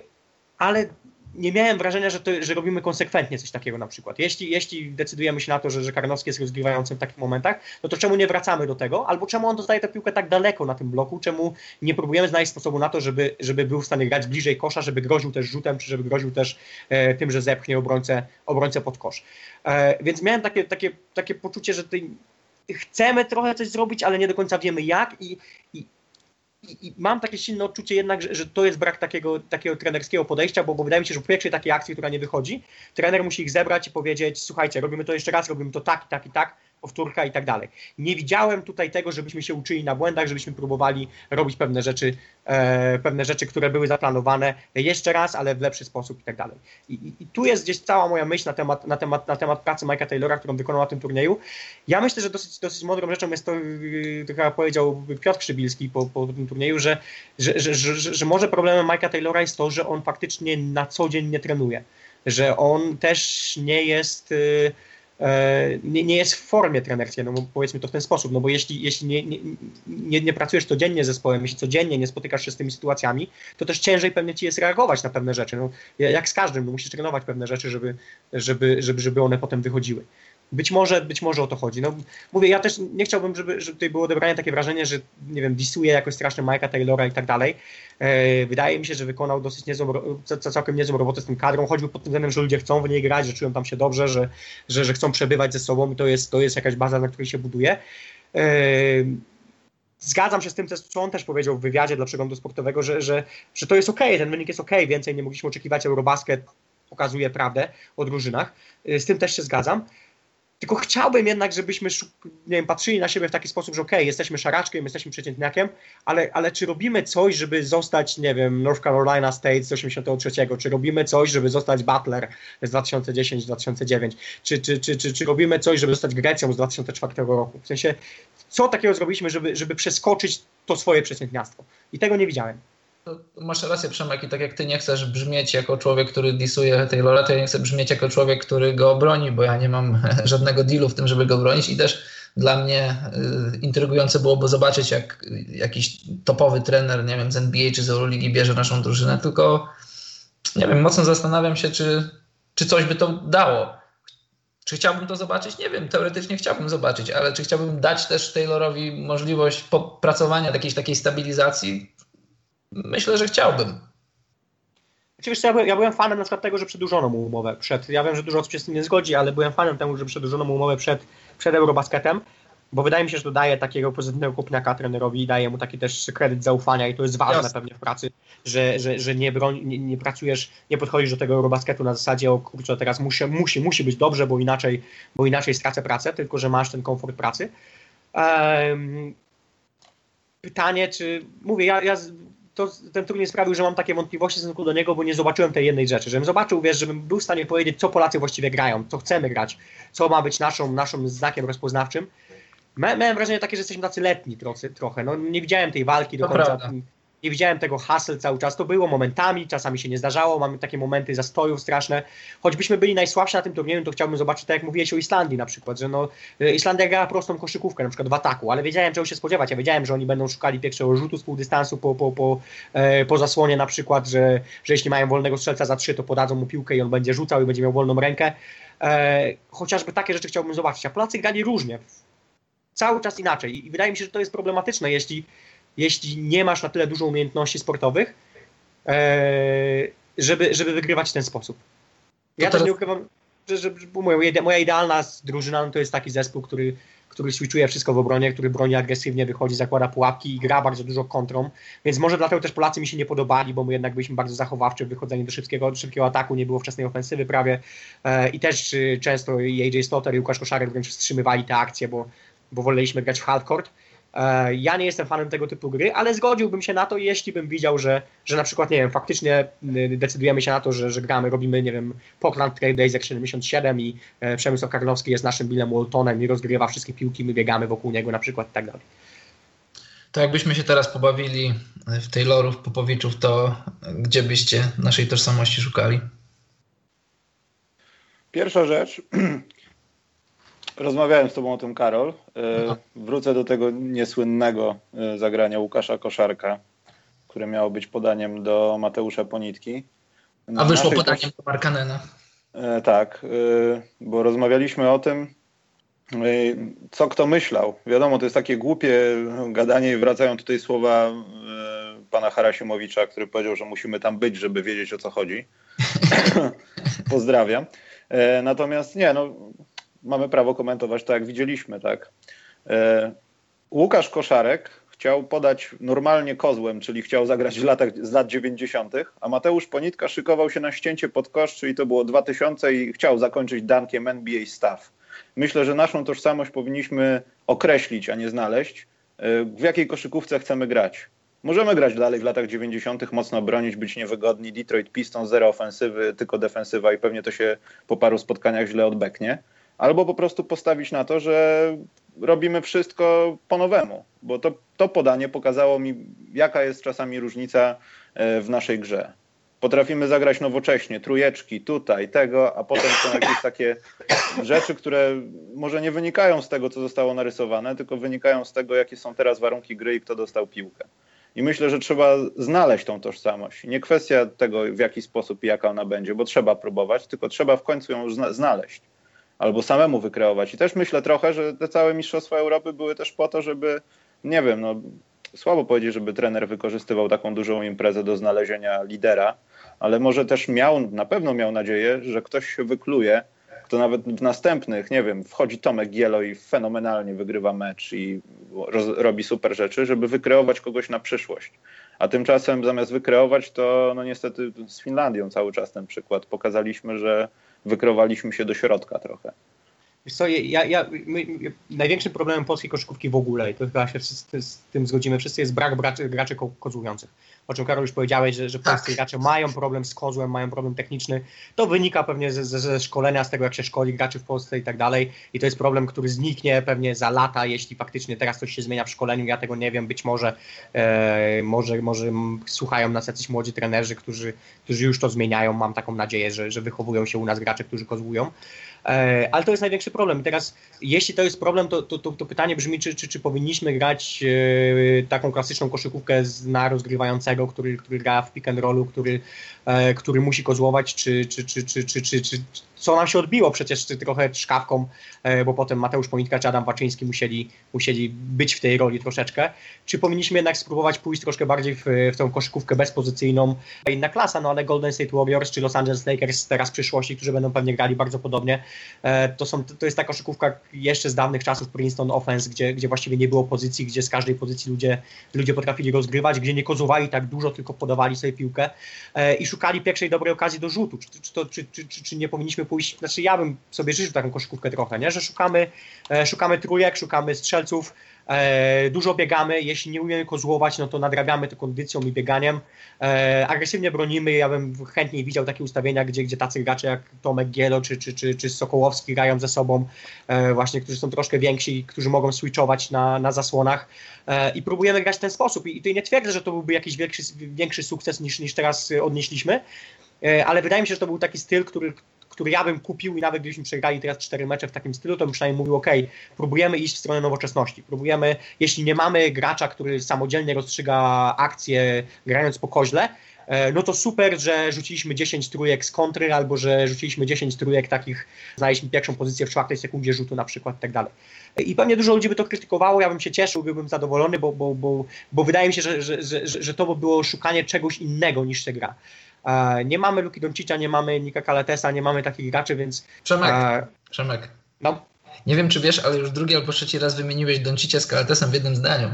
ale nie miałem wrażenia, że, to, że robimy konsekwentnie coś takiego na przykład. Jeśli, jeśli decydujemy się na to, że, że Karnowski jest rozgrywającym w takich momentach, no to czemu nie wracamy do tego? Albo czemu on dostaje tę piłkę tak daleko na tym bloku? Czemu nie próbujemy znaleźć sposobu na to, żeby, żeby był w stanie grać bliżej kosza, żeby groził też rzutem, czy żeby groził też e, tym, że zepchnie obrońcę, obrońcę pod kosz. E, więc miałem takie, takie, takie poczucie, że tutaj chcemy trochę coś zrobić, ale nie do końca wiemy jak i, i I, I mam takie silne odczucie jednak, że, że to jest brak takiego, takiego trenerskiego podejścia, bo, bo wydaje mi się, że w pierwszej takiej akcji, która nie wychodzi, trener musi ich zebrać i powiedzieć, słuchajcie, robimy to jeszcze raz, robimy to tak i tak i tak, powtórka i tak dalej. Nie widziałem tutaj tego, żebyśmy się uczyli na błędach, żebyśmy próbowali robić pewne rzeczy, e, pewne rzeczy, które były zaplanowane jeszcze raz, ale w lepszy sposób i tak dalej. I, i, i tu jest gdzieś cała moja myśl na temat, na temat, na temat pracy Mike'a Taylora, którą wykonał na tym turnieju. Ja myślę, że dosyć, dosyć mądrą rzeczą jest to, to chyba powiedział Piotr Krzybilski po, po tym turnieju, że, że, że, że, że może problemem Mike'a Taylora jest to, że on faktycznie na co dzień nie trenuje. Że on też nie jest... Yy, Nie, nie jest w formie trenerskiej, no powiedzmy to w ten sposób, no bo jeśli, jeśli nie, nie, nie, nie pracujesz codziennie z zespołem, jeśli codziennie nie spotykasz się z tymi sytuacjami, to też ciężej pewnie ci jest reagować na pewne rzeczy. No, jak z każdym, no, musisz trenować pewne rzeczy, żeby, żeby, żeby, żeby one potem wychodziły. Być może, być może o to chodzi. No, mówię, ja też nie chciałbym, żeby, żeby tutaj było odebrane takie wrażenie, że nie wiem, disuję jakoś strasznie Mike'a Taylora i tak dalej. E, wydaje mi się, że wykonał dosyć niezłą, całkiem niezłą robotę z tym kadrą, choćby pod tym względem, że ludzie chcą w niej grać, że czują tam się dobrze, że, że, że chcą przebywać ze sobą i to jest, to jest jakaś baza, na której się buduje. E, Zgadzam się z tym, co on też powiedział w wywiadzie dla Przeglądu Sportowego, że, że, że to jest okej, okay, ten wynik jest okej, okay, więcej nie mogliśmy oczekiwać, Eurobasket pokazuje prawdę o drużynach, z tym też się zgadzam. Tylko chciałbym jednak, żebyśmy nie wiem, patrzyli na siebie w taki sposób, że okej, okay, jesteśmy szaraczkiem, jesteśmy przeciętniakiem, ale, ale czy robimy coś, żeby zostać, nie wiem, North Carolina State z osiemdziesiątego trzeciego, czy robimy coś, żeby zostać Butler z dwa tysiące dziesiątego dwa tysiące dziewiątego, czy, czy, czy, czy, czy robimy coś, żeby zostać Grecją z dwa tysiące czwartego roku. W sensie, co takiego zrobiliśmy, żeby, żeby przeskoczyć to swoje przeciętniactwo. I tego nie widziałem. Masz rację, Przemek, i tak jak ty nie chcesz brzmieć jako człowiek, który disuje Taylora, to ja nie chcę brzmieć jako człowiek, który go broni, bo ja nie mam żadnego dealu w tym, żeby go bronić i też dla mnie y, intrygujące byłoby zobaczyć, jak jakiś topowy trener, nie wiem, z N B A czy z Euroligi bierze naszą drużynę, tylko nie wiem, mocno zastanawiam się, czy, czy coś by to dało. Czy chciałbym to zobaczyć? Nie wiem, teoretycznie chciałbym zobaczyć, ale czy chciałbym dać też Taylorowi możliwość popracowania jakiejś takiej stabilizacji? Myślę, że chciałbym. Oczywiście ja byłem, ja byłem fanem na przykład tego, że przedłużono mu umowę przed, ja wiem, że dużo osób się z tym nie zgodzi, ale byłem fanem tego, że przedłużono mu umowę przed, przed Eurobasketem, bo wydaje mi się, że to daje takiego pozytywnego kopniaka trenerowi i daje mu taki też kredyt zaufania i to jest ważne Jasne. Pewnie w pracy, że, że, że nie, broń, nie, nie pracujesz, nie podchodzisz do tego Eurobasketu na zasadzie, o kurczę, teraz muszę, musi, musi być dobrze, bo inaczej, bo inaczej stracę pracę, tylko że masz ten komfort pracy. Um, pytanie, czy... Mówię, ja, ja to, ten turniej sprawił, że mam takie wątpliwości w stosunku do niego, bo nie zobaczyłem tej jednej rzeczy. Żebym zobaczył, wiesz, żebym był w stanie powiedzieć, co Polacy właściwie grają, co chcemy grać, co ma być naszą, naszym znakiem rozpoznawczym. Miałem wrażenie takie, że jesteśmy tacy letni trochę. trochę. No, nie widziałem tej walki do To końca. prawda. Nie widziałem tego hustle cały czas. To było momentami, czasami się nie zdarzało. Mamy takie momenty zastojów straszne. Choćbyśmy byli najsłabsi na tym turnieju, to chciałbym zobaczyć, tak jak mówiłeś o Islandii na przykład, że no, Islandia grała prostą koszykówkę, na przykład w ataku, ale wiedziałem, czego się spodziewać. Ja wiedziałem, że oni będą szukali pierwszego rzutu z półdystansu po, po, po, e, po zasłonie na przykład, że, że jeśli mają wolnego strzelca za trzy, to podadzą mu piłkę i on będzie rzucał i będzie miał wolną rękę. E, chociażby takie rzeczy chciałbym zobaczyć. A Polacy grali różnie. Cały czas inaczej. I wydaje mi się, że to jest problematyczne, jeśli jeśli nie masz na tyle dużo umiejętności sportowych, żeby, żeby wygrywać w ten sposób. Ja to też teraz... nie ukrywam, że, że moja, moja idealna drużyna to jest taki zespół, który, który switchuje wszystko w obronie, który broni agresywnie, wychodzi, zakłada pułapki i gra bardzo dużo kontrą, więc może dlatego też Polacy mi się nie podobali, bo my jednak byliśmy bardzo zachowawczy w wychodzeniu do szybkiego, szybkiego ataku, nie było wczesnej ofensywy prawie i też często i A J Slaughter i Łukasz Koszarek wręcz wstrzymywali te akcje, bo, bo woleliśmy grać w halfcourt. Ja nie jestem fanem tego typu gry, ale zgodziłbym się na to, jeśli bym widział, że, że na przykład, nie wiem, faktycznie decydujemy się na to, że, że gramy, robimy, nie wiem, Portland Trail Days jak siedemdziesiąt siedem i e, Przemysław Karnowski jest naszym Billem Waltonem i rozgrywa wszystkie piłki, my biegamy wokół niego na przykład i tak dalej. To jakbyśmy się teraz pobawili w Taylorów, Popowiczów, to gdzie byście naszej tożsamości szukali? Pierwsza rzecz... Rozmawiałem z tobą o tym, Karol. No. Wrócę do tego niesłynnego zagrania Łukasza Koszarka, które miało być podaniem do Mateusza Ponitki. A wyszło Naszej podaniem też... do Markkanena. Tak, bo rozmawialiśmy o tym, co kto myślał. Wiadomo, to jest takie głupie gadanie i wracają tutaj słowa pana Harasimowicza, który powiedział, że musimy tam być, żeby wiedzieć, o co chodzi. Pozdrawiam. Natomiast nie, no... Mamy prawo komentować to, jak widzieliśmy, tak. E, Łukasz Koszarek chciał podać normalnie kozłem, czyli chciał zagrać w latach, z lat dziewięćdziesiątych, a Mateusz Ponitka szykował się na ścięcie pod kosz, czyli to było dwa tysiące i chciał zakończyć dankiem N B A staff. Myślę, że naszą tożsamość powinniśmy określić, a nie znaleźć, e, w jakiej koszykówce chcemy grać. Możemy grać dalej w latach dziewięćdziesiątych, mocno bronić, być niewygodni. Detroit Pistons, zero ofensywy, tylko defensywa i pewnie to się po paru spotkaniach źle odbeknie. Albo po prostu postawić na to, że robimy wszystko po nowemu, bo to, to podanie pokazało mi, jaka jest czasami różnica w naszej grze. Potrafimy zagrać nowocześnie, trójeczki, tutaj, tego, a potem są jakieś takie rzeczy, które może nie wynikają z tego, co zostało narysowane, tylko wynikają z tego, jakie są teraz warunki gry i kto dostał piłkę. I myślę, że trzeba znaleźć tą tożsamość. Nie kwestia tego, w jaki sposób i jaka ona będzie, bo trzeba próbować, tylko trzeba w końcu ją zna- znaleźć. Albo samemu wykreować. I też myślę trochę, że te całe Mistrzostwa Europy były też po to, żeby, nie wiem, no słabo powiedzieć, żeby trener wykorzystywał taką dużą imprezę do znalezienia lidera, ale może też miał, na pewno miał nadzieję, że ktoś się wykluje, kto nawet w następnych, nie wiem, wchodzi Tomek Gielo i fenomenalnie wygrywa mecz i roz, robi super rzeczy, żeby wykreować kogoś na przyszłość. A tymczasem zamiast wykreować, to no niestety z Finlandią cały czas ten przykład. Pokazaliśmy, że wykreowaliśmy się do środka trochę. Wiesz co, ja, ja, my, największym problemem polskiej koszykówki w ogóle, i to chyba się wszyscy z tym zgodzimy, wszyscy jest brak graczy, graczy ko- kozłujących. O czym, Karol, już powiedziałeś, że, że polscy tak. gracze mają problem z kozłem, mają problem techniczny. To wynika pewnie ze, ze szkolenia, z tego, jak się szkoli graczy w Polsce i tak dalej. I to jest problem, który zniknie pewnie za lata, jeśli faktycznie teraz coś się zmienia w szkoleniu. Ja tego nie wiem, być może, e, może, może słuchają nas jacyś młodzi trenerzy, którzy, którzy już to zmieniają. Mam taką nadzieję, że, że wychowują się u nas gracze, którzy kozłują. Ale to jest największy problem. I teraz, jeśli to jest problem, to, to, to, to pytanie brzmi, czy, czy, czy powinniśmy grać e, taką klasyczną koszykówkę z, na rozgrywającego, który, który gra w pick and rollu, który, e, który musi kozłować, czy, czy, czy, czy, czy, czy, czy co nam się odbiło przecież czy trochę szkawką, e, bo potem Mateusz Ponitka czy Adam Waczyński musieli, musieli być w tej roli troszeczkę. Czy powinniśmy jednak spróbować pójść troszkę bardziej w, w tą koszykówkę bezpozycyjną? Inna klasa, no ale Golden State Warriors czy Los Angeles Lakers teraz w przyszłości, którzy będą pewnie grali bardzo podobnie. To, są, to jest ta koszykówka jeszcze z dawnych czasów Princeton Offense, gdzie, gdzie właściwie nie było pozycji, gdzie z każdej pozycji ludzie, ludzie potrafili rozgrywać, gdzie nie kozowali tak dużo, tylko podawali sobie piłkę e, i szukali pierwszej dobrej okazji do rzutu. Czy, czy, to, czy, czy, czy, czy nie powinniśmy pójść, znaczy ja bym sobie życzył taką koszykówkę trochę, nie? Że szukamy, e, szukamy trójek, szukamy strzelców, E, dużo biegamy, jeśli nie umiemy kozłować, no to nadrabiamy to kondycją i bieganiem. E, agresywnie bronimy, ja bym chętniej widział takie ustawienia, gdzie, gdzie tacy gracze jak Tomek Gielo czy, czy, czy, czy Sokołowski grają ze sobą, e, właśnie, którzy są troszkę więksi, którzy mogą switchować na, na zasłonach e, i próbujemy grać w ten sposób. I, i tutaj nie twierdzę, że to byłby jakiś większy, większy sukces niż, niż teraz odnieśliśmy, e, ale wydaje mi się, że to był taki styl, który który ja bym kupił i nawet gdybyśmy przegrali teraz cztery mecze w takim stylu, to bym przynajmniej mówił, ok, próbujemy iść w stronę nowoczesności. Próbujemy, jeśli nie mamy gracza, który samodzielnie rozstrzyga akcję grając po koźle, no to super, że rzuciliśmy dziesięć trójek z kontry, albo że rzuciliśmy dziesięć trójek takich, znaleźliśmy pierwszą pozycję w czwartej sekundzie rzutu na przykład i tak dalej. I pewnie dużo ludzi by to krytykowało, ja bym się cieszył, byłbym zadowolony, bo, bo, bo, bo wydaje mi się, że, że, że, że to by było szukanie czegoś innego niż się gra. Nie mamy Luki Doncicza, nie mamy Nika Kalatesa, nie mamy takich graczy, więc... Przemek, e... Przemek. No. Nie wiem, czy wiesz, ale już drugi albo trzeci raz wymieniłeś Doncicza z Kalatesem w jednym zdaniu.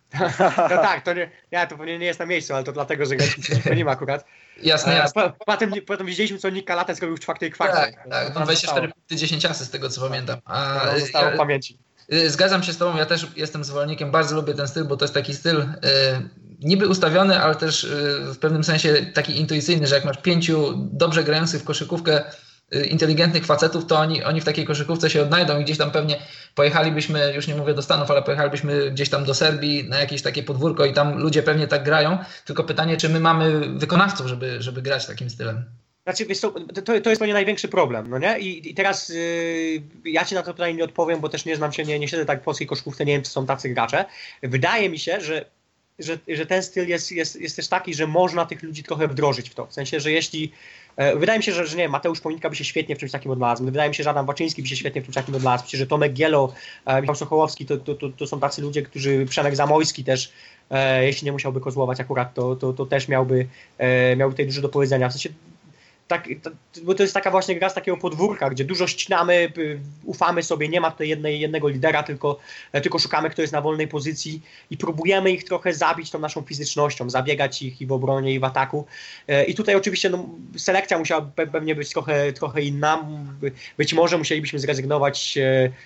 No tak, to nie, ja, to pewnie nie jest na miejscu, ale to dlatego, że graliśmy nie ma akurat. Jasne, jasne. Po, potem, potem widzieliśmy, co Nick Kalates robił w czwartej kwarcie. Tak, tak. No dwadzieścia cztery punkty, dziesięć asy z tego, co pamiętam. A, no, zostało w pamięci. Zgadzam się z tobą, ja też jestem zwolennikiem, bardzo lubię ten styl, bo to jest taki styl... Yy, niby ustawiony, ale też w pewnym sensie taki intuicyjny, że jak masz pięciu dobrze grających w koszykówkę inteligentnych facetów, to oni, oni w takiej koszykówce się odnajdą i gdzieś tam pewnie pojechalibyśmy, już nie mówię do Stanów, ale pojechalibyśmy gdzieś tam do Serbii na jakieś takie podwórko i tam ludzie pewnie tak grają, tylko pytanie, czy my mamy wykonawców, żeby, żeby grać takim stylem. Znaczy, wiesz co, to, to jest pewnie największy problem, no nie? I, i teraz yy, ja ci na to pytanie nie odpowiem, bo też nie znam się, nie, nie siedzę tak w polskiej koszykówce, nie wiem, czy są tacy gracze. Wydaje mi się, że Że, że ten styl jest, jest, jest też taki, że można tych ludzi trochę wdrożyć w to. W sensie, że jeśli... E, wydaje mi się, że, że nie Mateusz Ponitka by się świetnie w czymś takim odnalazł. Wydaje mi się, że Adam Waczyński by się świetnie w czymś takim odnalazł. Myślę, że Tomek Gielo, e, Michał Sokołowski to, to, to, to są tacy ludzie, którzy... Przemek Zamojski też, e, jeśli nie musiałby kozłować akurat, to, to, to też miałby, e, miałby tutaj dużo do powiedzenia. W sensie, tak, to, bo to jest taka właśnie gra z takiego podwórka, gdzie dużo ścinamy, ufamy sobie, nie ma tutaj jednej, jednego lidera, tylko, tylko szukamy, kto jest na wolnej pozycji i próbujemy ich trochę zabić tą naszą fizycznością, zabiegać ich i w obronie, i w ataku. I tutaj oczywiście no, selekcja musiała pewnie być trochę, trochę inna. Być może musielibyśmy zrezygnować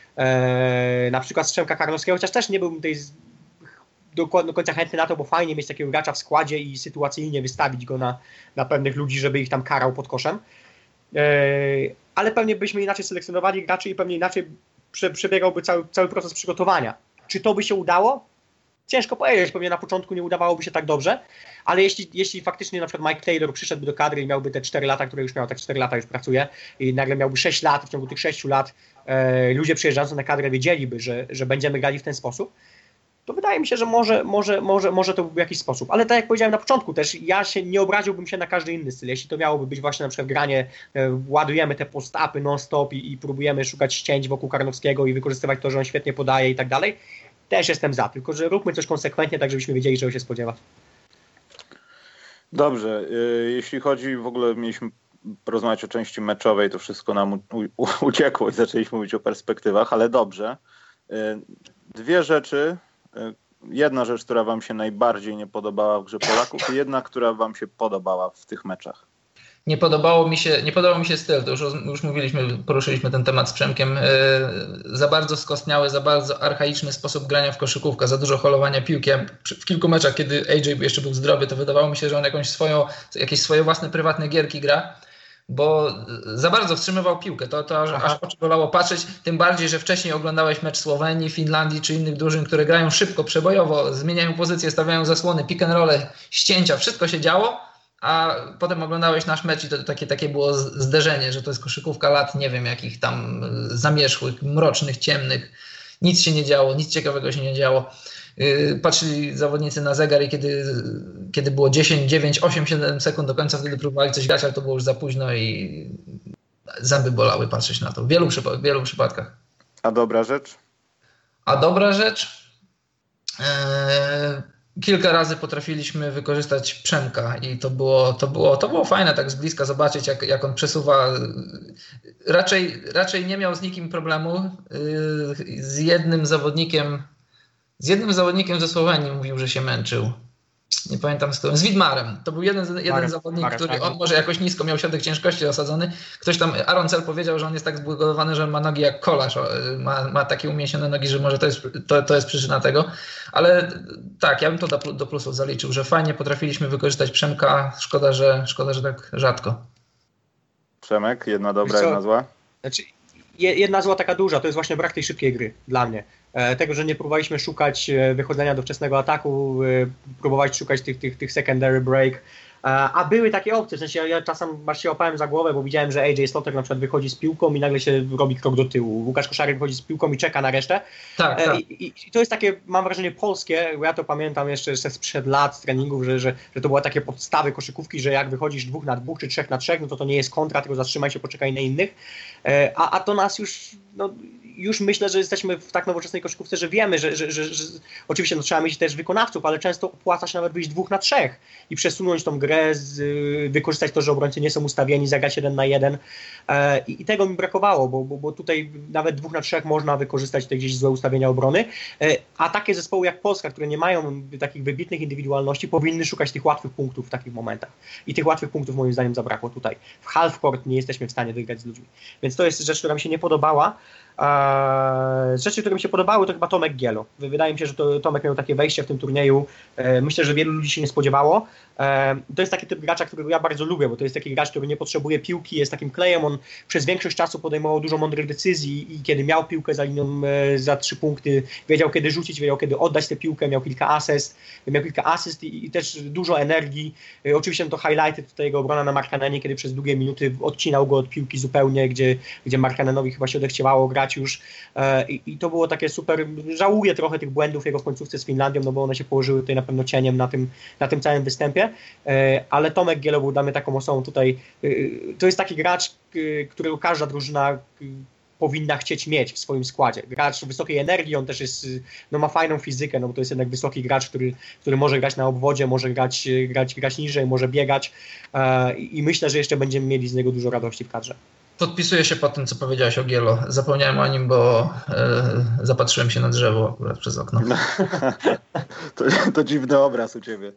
e, na przykład z Przemka Karnowskiego, chociaż też nie byłbym tutaj do, do końca chętny na to, bo fajnie mieć takiego gracza w składzie i sytuacyjnie wystawić go na, na pewnych ludzi, żeby ich tam karał pod koszem. Yy, ale pewnie byśmy inaczej selekcjonowali graczy i pewnie inaczej prze, przebiegałby cały, cały proces przygotowania. Czy to by się udało? Ciężko powiedzieć, pewnie na początku nie udawałoby się tak dobrze, ale jeśli, jeśli faktycznie na przykład Mike Taylor przyszedłby do kadry i miałby te cztery lata, które już miał, tak cztery lata już pracuje i nagle miałby sześć lat, w ciągu tych sześciu lat yy, ludzie przyjeżdżający na kadrę wiedzieliby, że, że będziemy grali w ten sposób, to wydaje mi się, że może, może, może, może to byłby jakiś sposób. Ale tak jak powiedziałem na początku też, ja się nie obraziłbym się na każdy inny styl. Jeśli to miałoby być właśnie na przykład granie, e, ładujemy te post-upy non-stop i, i próbujemy szukać ścięć wokół Karnowskiego i wykorzystywać to, że on świetnie podaje i tak dalej, też jestem za. Tylko że róbmy coś konsekwentnie, tak żebyśmy wiedzieli, czego się spodziewać. Dobrze. Jeśli chodzi, w ogóle mieliśmy porozmawiać o części meczowej, to wszystko nam u, u, uciekło i zaczęliśmy mówić o perspektywach, ale dobrze. Dwie rzeczy. Jedna rzecz, która wam się najbardziej nie podobała w grze Polaków i jedna, która wam się podobała w tych meczach. Nie podobało mi się, nie podobał mi się styl, to już, już mówiliśmy, poruszyliśmy ten temat z Przemkiem. Yy, za bardzo skostniały, za bardzo archaiczny sposób grania w koszykówkę, za dużo holowania piłki. W kilku meczach, kiedy A J jeszcze był zdrowy, to wydawało mi się, że on jakąś swoją, jakieś swoje własne prywatne gierki gra, bo za bardzo wstrzymywał piłkę. To, to aż, aż oczy bolało patrzeć, tym bardziej, że wcześniej oglądałeś mecz Słowenii, Finlandii czy innych drużyn, które grają szybko, przebojowo, zmieniają pozycję, stawiają zasłony, pick and roll, ścięcia, wszystko się działo, a potem oglądałeś nasz mecz i to takie, takie było zderzenie, że to jest koszykówka lat, nie wiem jakich tam zamierzchłych, mrocznych, ciemnych. Nic się nie działo, nic ciekawego się nie działo. Patrzyli zawodnicy na zegar i kiedy, kiedy było dziesięć, dziewięć, osiem, siedem sekund do końca, wtedy próbowali coś grać, ale to było już za późno i zęby bolały patrzeć na to w wielu, przypa- w wielu przypadkach. A dobra rzecz? A dobra rzecz? Eee, kilka razy potrafiliśmy wykorzystać Przemka i to było, to było, to było fajne tak z bliska zobaczyć, jak, jak on przesuwa. Raczej, raczej nie miał z nikim problemu. Yy, z jednym zawodnikiem Z jednym zawodnikiem ze Słowenii mówił, że się męczył. nie pamiętam z którym, z Widmarem. To był jeden, jeden Marek, zawodnik, Marek, który tak. on może jakoś nisko miał środek ciężkości osadzony. Ktoś tam, Aaron Cell powiedział, że on jest tak zbudowany, że ma nogi jak kolarz, ma, ma takie umięśnione nogi, że może to jest, to, to jest przyczyna tego. Ale tak, ja bym to do, do plusów zaliczył, że fajnie potrafiliśmy wykorzystać Przemka. Szkoda, że, szkoda, że tak rzadko. Przemek, jedna dobra, jedna zła? Znaczy, jedna zła taka duża, to jest właśnie brak tej szybkiej gry dla mnie. Tego, że nie próbowaliśmy szukać wychodzenia do wczesnego ataku, próbować szukać tych, tych, tych secondary break, a były takie opcje, w sensie ja, ja czasem aż się łapałem za głowę, bo widziałem, że A J Slaughter na przykład wychodzi z piłką i nagle się robi krok do tyłu. Łukasz Koszarek wychodzi z piłką i czeka na resztę. Tak, tak. I, i to jest takie, mam wrażenie, polskie, bo ja to pamiętam jeszcze, jeszcze sprzed lat z treningów, że, że, że to były takie podstawy koszykówki, że jak wychodzisz dwóch na dwóch czy trzech na trzech, no to to nie jest kontra, tylko zatrzymaj się, poczekaj na innych. A, a to nas już... No, już myślę, że jesteśmy w tak nowoczesnej koszykówce, że wiemy, że, że, że, że oczywiście no, trzeba mieć też wykonawców, ale często opłaca się nawet wyjść dwóch na trzech i przesunąć tą grę, z, wykorzystać to, że obrońcy nie są ustawieni, zagrać jeden na jeden e, i, i tego mi brakowało, bo, bo, bo tutaj nawet dwóch na trzech można wykorzystać te gdzieś złe ustawienia obrony, e, a takie zespoły jak Polska, które nie mają takich wybitnych indywidualności, powinny szukać tych łatwych punktów w takich momentach i tych łatwych punktów moim zdaniem zabrakło tutaj. W half court nie jesteśmy w stanie wygrać z ludźmi, więc to jest rzecz, która mi się nie podobała. Z rzeczy, które mi się podobały, to chyba Tomek Gielo. Wydaje mi się, że to Tomek miał takie wejście w tym turnieju. Myślę, że wielu ludzi się nie spodziewało. To jest taki typ gracza, którego ja bardzo lubię, bo to jest taki gracz, który nie potrzebuje piłki, jest takim klejem. On przez większość czasu podejmował dużo mądrych decyzji i kiedy miał piłkę za linią za trzy punkty, wiedział kiedy rzucić, wiedział kiedy oddać tę piłkę, miał kilka asyst, miał kilka asyst i, i też dużo energii. Oczywiście to highlighty tutaj jego obrona na Markkanenie, kiedy przez długie minuty odcinał go od piłki zupełnie, gdzie, gdzie Markkanenowi chyba się odechciewało grać już I, i to było takie super. Żałuję trochę tych błędów jego w końcówce z Finlandią, no bo one się położyły tutaj na pewno cieniem na tym, na tym całym występie, ale Tomek Gielo był dla mnie taką osobą tutaj, to jest taki gracz, którego każda drużyna powinna chcieć mieć w swoim składzie. Gracz wysokiej energii, on też jest, no ma fajną fizykę, no bo to jest jednak wysoki gracz, który, który może grać na obwodzie, może grać, grać, grać niżej, może biegać i, i myślę, że jeszcze będziemy mieli z niego dużo radości w kadrze. Podpisuję się pod tym, co powiedziałeś o Gielo. Zapomniałem o nim, bo e, zapatrzyłem się na drzewo akurat przez okno. No. to, to dziwny obraz u ciebie.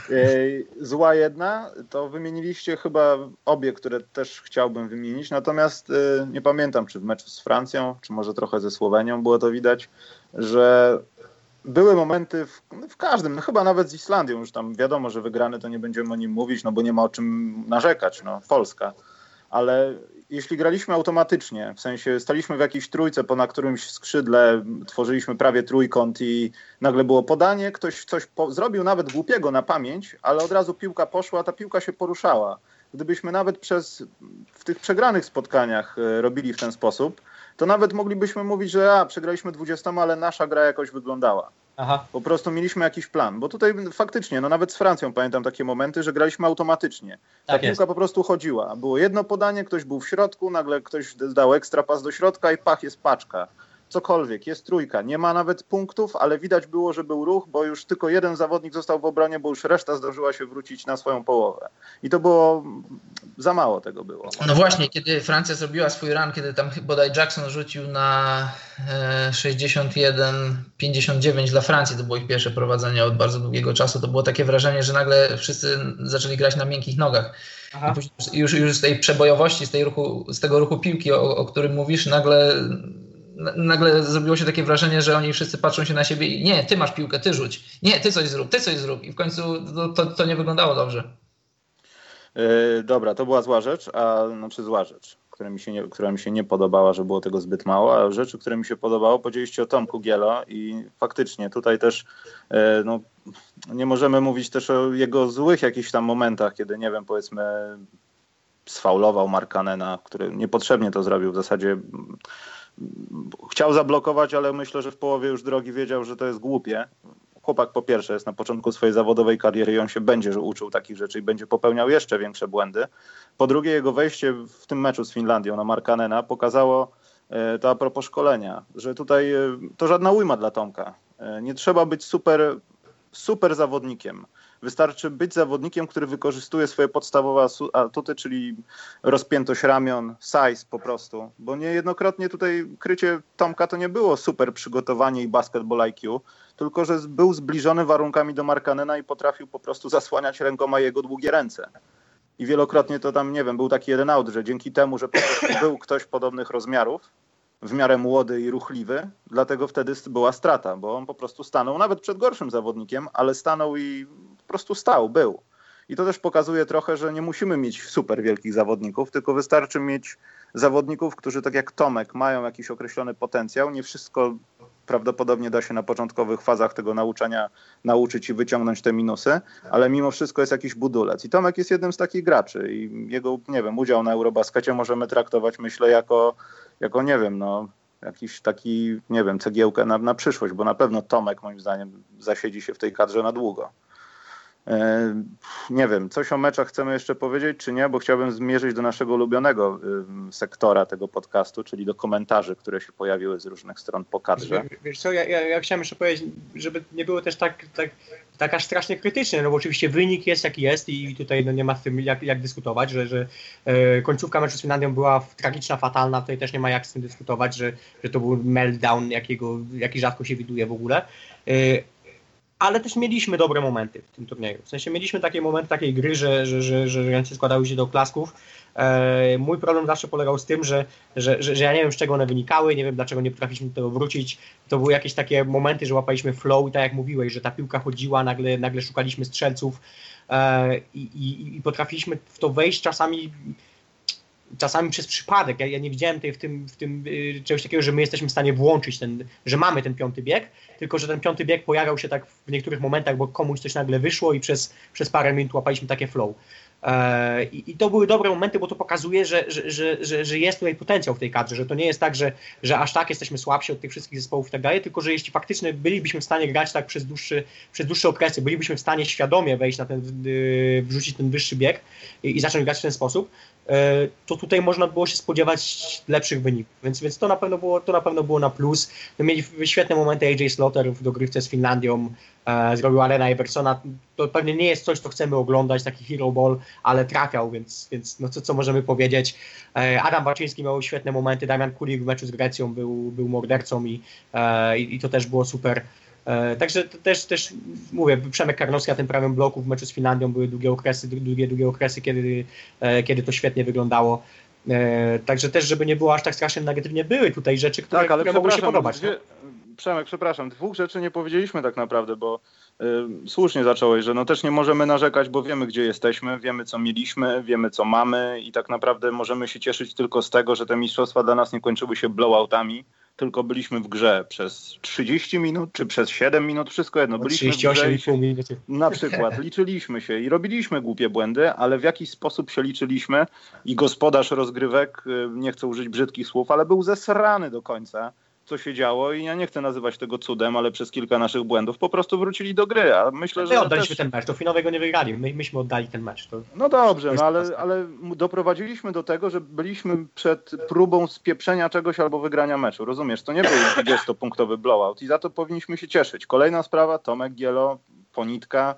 Zła jedna, to wymieniliście chyba obie, które też chciałbym wymienić, natomiast nie pamiętam, czy w meczu z Francją, czy może trochę ze Słowenią było to widać, że były momenty w, w każdym, no chyba nawet z Islandią, już tam wiadomo, że wygrany to nie będziemy o nim mówić, no bo nie ma o czym narzekać, no Polska. Ale jeśli graliśmy automatycznie, w sensie staliśmy w jakiejś trójce, po na którymś skrzydle tworzyliśmy prawie trójkąt i nagle było podanie, ktoś coś po- zrobił nawet głupiego na pamięć, ale od razu piłka poszła, ta piłka się poruszała. Gdybyśmy nawet przez w tych przegranych spotkaniach robili w ten sposób, to nawet moglibyśmy mówić, że a, przegraliśmy dwudziestoma, ale nasza gra jakoś wyglądała. Aha. Po prostu mieliśmy jakiś plan, bo tutaj faktycznie, no nawet z Francją pamiętam takie momenty, że graliśmy automatycznie. Ta tak piłka jest. Po prostu chodziła. Było jedno podanie, ktoś był w środku, nagle ktoś dał ekstra pas do środka i pach, jest paczka. Cokolwiek, jest trójka. Nie ma nawet punktów, ale widać było, że był ruch, bo już tylko jeden zawodnik został w obronie, bo już reszta zdążyła się wrócić na swoją połowę. I to było, za mało tego było. No właśnie, kiedy Francja zrobiła swój run, kiedy tam bodaj Jackson rzucił na sześćdziesiąt jeden pięćdziesiąt dziewięć dla Francji, to było ich pierwsze prowadzenie od bardzo długiego czasu, to było takie wrażenie, że nagle wszyscy zaczęli grać na miękkich nogach. Aha. Już, już z tej przebojowości, z, tej ruchu, z tego ruchu piłki, o, o którym mówisz, nagle nagle zrobiło się takie wrażenie, że oni wszyscy patrzą się na siebie i nie, ty masz piłkę, ty rzuć. Nie, ty coś zrób, ty coś zrób. I w końcu to, to, to nie wyglądało dobrze. Yy, dobra, to była zła rzecz, a znaczy zła rzecz, która mi, się nie, która mi się nie podobała, że było tego zbyt mało, a rzeczy, które mi się podobało, powiedzieliście o Tomku Gielo i faktycznie tutaj też yy, no, nie możemy mówić też o jego złych jakichś tam momentach, kiedy nie wiem, powiedzmy sfaulował Markkanena, który niepotrzebnie to zrobił w zasadzie. Chciał zablokować, ale myślę, że w połowie już drogi wiedział, że to jest głupie. Chłopak po pierwsze jest na początku swojej zawodowej kariery i on się będzie że uczył takich rzeczy i będzie popełniał jeszcze większe błędy. Po drugie jego wejście w tym meczu z Finlandią na Markkanena pokazało to a propos szkolenia, że tutaj to żadna ujma dla Tomka. Nie trzeba być super, super zawodnikiem. Wystarczy być zawodnikiem, który wykorzystuje swoje podstawowe atuty, czyli rozpiętość ramion, size po prostu. Bo niejednokrotnie tutaj krycie Tomka to nie było super przygotowanie i basketball I Q, tylko że był zbliżony warunkami do Markkanena i potrafił po prostu zasłaniać rękoma jego długie ręce. I wielokrotnie to tam, nie wiem, był taki jeden out, że dzięki temu, że po prostu był ktoś podobnych rozmiarów, w miarę młody i ruchliwy, dlatego wtedy była strata, bo on po prostu stanął nawet przed gorszym zawodnikiem, ale stanął i po prostu stał, był. I to też pokazuje trochę, że nie musimy mieć super wielkich zawodników, tylko wystarczy mieć zawodników, którzy tak jak Tomek mają jakiś określony potencjał. Nie wszystko prawdopodobnie da się na początkowych fazach tego nauczania nauczyć i wyciągnąć te minusy, ale mimo wszystko jest jakiś budulec. I Tomek jest jednym z takich graczy i jego, nie wiem, udział na Eurobaskecie możemy traktować, myślę, jako, jako nie wiem, no, jakiś taki, nie wiem, cegiełkę na, na przyszłość, bo na pewno Tomek moim zdaniem zasiedzi się w tej kadrze na długo. Nie wiem, coś o meczach chcemy jeszcze powiedzieć, czy nie, bo chciałbym zmierzyć do naszego ulubionego sektora tego podcastu, czyli do komentarzy, które się pojawiły z różnych stron po kadrze. Wiesz co, ja, ja, ja chciałem jeszcze powiedzieć, żeby nie było też tak, tak, tak aż strasznie krytyczne, no bo oczywiście wynik jest jaki jest i tutaj no nie ma z tym jak, jak dyskutować, że, że e, końcówka meczu z Finlandią była tragiczna, fatalna, tutaj też nie ma jak z tym dyskutować, że, że to był meltdown, jakiego, jaki rzadko się widuje w ogóle. E, Ale też mieliśmy dobre momenty w tym turnieju. W sensie mieliśmy takie momenty takiej gry, że, że, że, że ręce składały się do oklasków. E, mój problem zawsze polegał z tym, że, że, że, że ja nie wiem, z czego one wynikały, nie wiem, dlaczego nie potrafiliśmy do tego wrócić. To były jakieś takie momenty, że łapaliśmy flow i tak jak mówiłeś, że ta piłka chodziła, nagle, nagle szukaliśmy strzelców e, i, i, i potrafiliśmy w to wejść czasami... Czasami przez przypadek. Ja, ja nie widziałem tej, w tym, w tym yy, czegoś takiego, że my jesteśmy w stanie włączyć ten, że mamy ten piąty bieg, tylko że ten piąty bieg pojawiał się tak w niektórych momentach, bo komuś coś nagle wyszło i przez, przez parę minut łapaliśmy takie flow. Yy, i, I to były dobre momenty, bo to pokazuje, że, że, że, że, że jest tutaj potencjał w tej kadrze, że to nie jest tak, że, że aż tak jesteśmy słabsi od tych wszystkich zespołów i tak dalej, tylko że jeśli faktycznie bylibyśmy w stanie grać tak przez dłuższy, przez dłuższe okresy, bylibyśmy w stanie świadomie wejść na ten, yy, wrzucić ten wyższy bieg i, i zacząć grać w ten sposób, to tutaj można było się spodziewać lepszych wyników, więc, więc to, na pewno było, to na pewno było na plus. My mieli świetne momenty, A J Slaughter w dogrywce z Finlandią, e, zrobił Allena Iversona, to pewnie nie jest coś, co chcemy oglądać, taki hero ball, ale trafiał, więc, więc no co, co możemy powiedzieć. E, Adam Baczyński miał świetne momenty, Damian Kulik w meczu z Grecją był, był mordercą i, e, i to też było super. E, także też, też mówię, Przemek Karnowski na tym prawym bloku w meczu z Finlandią były długie okresy, długie, długie okresy, kiedy, e, kiedy to świetnie wyglądało. E, także też, żeby nie było aż tak strasznie negatywnie, były tutaj rzeczy, które, tak, ale które mogły się podobać. Dwie, Przemek, przepraszam, dwóch rzeczy nie powiedzieliśmy tak naprawdę, bo y, słusznie zacząłeś, że no też nie możemy narzekać, bo wiemy, gdzie jesteśmy, wiemy, co mieliśmy, wiemy, co mamy i tak naprawdę możemy się cieszyć tylko z tego, że te mistrzostwa dla nas nie kończyły się blowoutami, tylko byliśmy w grze przez trzydzieści minut, czy przez siedem minut, wszystko jedno. Byliśmy trzydzieści osiem i pół minuty. Na przykład liczyliśmy się i robiliśmy głupie błędy, ale w jakiś sposób się liczyliśmy i gospodarz rozgrywek, nie chcę użyć brzydkich słów, ale był zesrany do końca, co się działo i ja nie chcę nazywać tego cudem, ale przez kilka naszych błędów po prostu wrócili do gry, a myślę, My że oddaliśmy też... ten mecz, to finowego nie wygrali, my, myśmy oddali ten mecz. To... No dobrze, no ale, ale doprowadziliśmy do tego, że byliśmy przed próbą spieprzenia czegoś albo wygrania meczu, rozumiesz? To nie był dwudziestopunktowy blowout i za to powinniśmy się cieszyć. Kolejna sprawa, Tomek Gielo, Ponitka,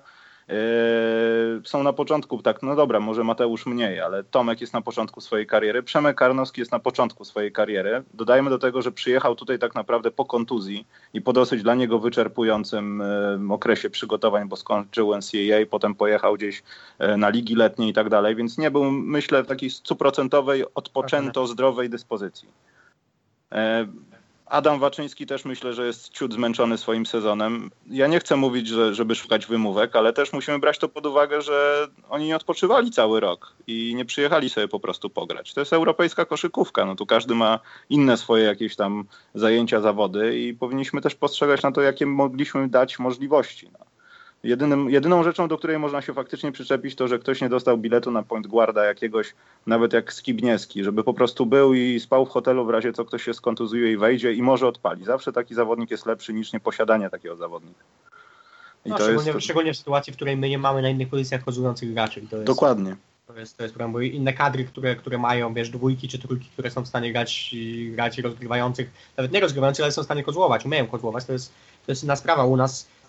Yy, są na początku, tak, no dobra, może Mateusz mniej, ale Tomek jest na początku swojej kariery, Przemek Karnowski jest na początku swojej kariery. Dodajmy do tego, że przyjechał tutaj tak naprawdę po kontuzji i po dosyć dla niego wyczerpującym yy, okresie przygotowań, bo skończył N C A A, potem pojechał gdzieś yy, na ligi letnie i tak dalej, więc nie był, myślę, w takiej stuprocentowej, odpoczęto zdrowej dyspozycji. Yy, Adam Waczyński też myślę, że jest ciut zmęczony swoim sezonem. Ja nie chcę mówić, że, żeby szukać wymówek, ale też musimy brać to pod uwagę, że oni nie odpoczywali cały rok i nie przyjechali sobie po prostu pograć. To jest europejska koszykówka, no tu każdy ma inne swoje jakieś tam zajęcia, zawody i powinniśmy też postrzegać na to, jakie mogliśmy dać możliwości. No. Jedynym, jedyną rzeczą, do której można się faktycznie przyczepić, to, że ktoś nie dostał biletu na point guarda jakiegoś, nawet jak Skibniewski, żeby po prostu był i spał w hotelu w razie co ktoś się skontuzuje i wejdzie i może odpali. Zawsze taki zawodnik jest lepszy niż nieposiadanie takiego zawodnika. I no, to szczególnie, jest... szczególnie w sytuacji, w której my nie mamy na innych pozycjach kozujących graczy. To jest, Dokładnie. To jest, to jest problem, bo inne kadry, które, które mają, wiesz, dwójki czy trójki, które są w stanie grać, grać rozgrywających, nawet nie rozgrywających, ale są w stanie kozłować, umieją kozłować, to jest, to jest inna sprawa. U nas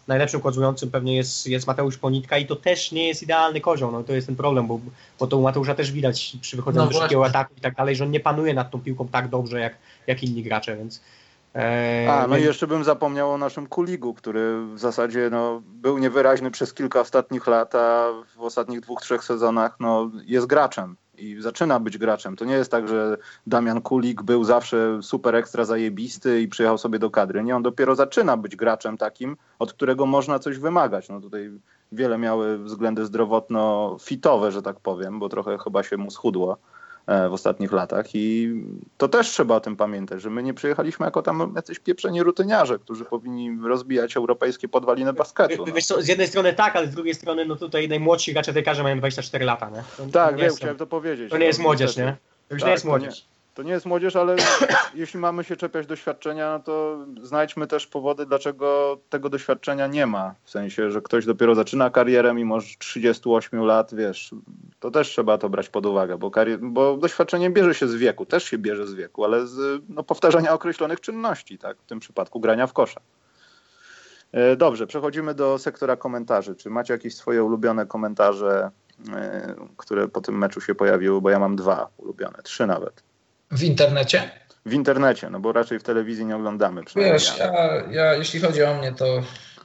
najlepszym kozującym pewnie jest, jest Mateusz Ponitka i to też nie jest idealny kozioł, no to jest ten problem, bo, bo to u Mateusza też widać przy wychodzeniu No do szybkiego ataku i tak dalej, że on nie panuje nad tą piłką tak dobrze jak, jak inni gracze, więc... E, A, no więc... i jeszcze bym zapomniał o naszym Kuligu, który w zasadzie no, był niewyraźny przez kilka ostatnich lat, a w ostatnich dwóch, trzech sezonach no, jest graczem. I zaczyna być graczem. To nie jest tak, że Damian Kulik był zawsze super ekstra zajebisty i przyjechał sobie do kadry. Nie, on dopiero zaczyna być graczem takim, od którego można coś wymagać. No tutaj wiele miały względy zdrowotno-fitowe, że tak powiem, bo trochę chyba się mu schudło w ostatnich latach i to też trzeba o tym pamiętać, że my nie przyjechaliśmy jako tam jacyś pieprzeni rutyniarze, którzy powinni rozbijać europejskie podwaliny basketu. No. Wiesz co, z jednej strony tak, ale z drugiej strony no tutaj najmłodsi gracze tej karze mają dwadzieścia cztery lata, nie? To, tak, to wiem, są, chciałem to powiedzieć. To nie jest młodzież, nie? To już tak, nie jest młodzież. To nie, to nie jest młodzież, ale jeśli mamy się czepiać doświadczenia, no to znajdźmy też powody, dlaczego tego doświadczenia nie ma. W sensie, że ktoś dopiero zaczyna karierę mimo trzydzieści osiem lat, wiesz, to też trzeba to brać pod uwagę, bo, karier- bo doświadczenie bierze się z wieku, też się bierze z wieku, ale z no, powtarzania określonych czynności, tak? W tym przypadku grania w kosza. Dobrze, przechodzimy do sektora komentarzy. Czy macie jakieś swoje ulubione komentarze, które po tym meczu się pojawiły? Bo ja mam dwa ulubione, trzy nawet. W internecie? W internecie, no bo raczej w telewizji nie oglądamy. Wiesz, ja, ja, jeśli chodzi o mnie, to... Yy...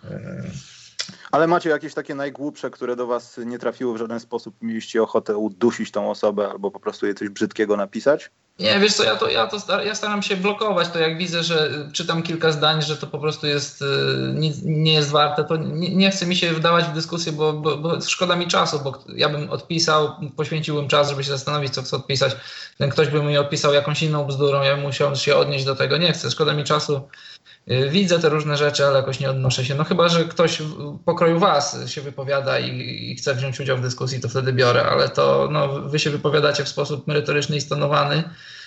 Ale macie jakieś takie najgłupsze, które do was nie trafiły w żaden sposób, mieliście ochotę udusić tą osobę albo po prostu jej coś brzydkiego napisać? Nie, wiesz co, ja, to, ja, to star- ja staram się blokować to, jak widzę, że czytam kilka zdań, że to po prostu jest, nie, nie jest warte, to nie, nie chce mi się wdawać w dyskusję, bo, bo, bo szkoda mi czasu, bo ja bym odpisał, poświęciłbym czas, żeby się zastanowić, co chcę odpisać. Ten ktoś by mi odpisał jakąś inną bzdurą, ja bym musiał się odnieść do tego. Nie chcę, szkoda mi czasu. Widzę te różne rzeczy, ale jakoś nie odnoszę się. No chyba, że ktoś w pokroju was się wypowiada i, i chce wziąć udział w dyskusji, to wtedy biorę, ale to no, wy się wypowiadacie w sposób merytoryczny i stonowany,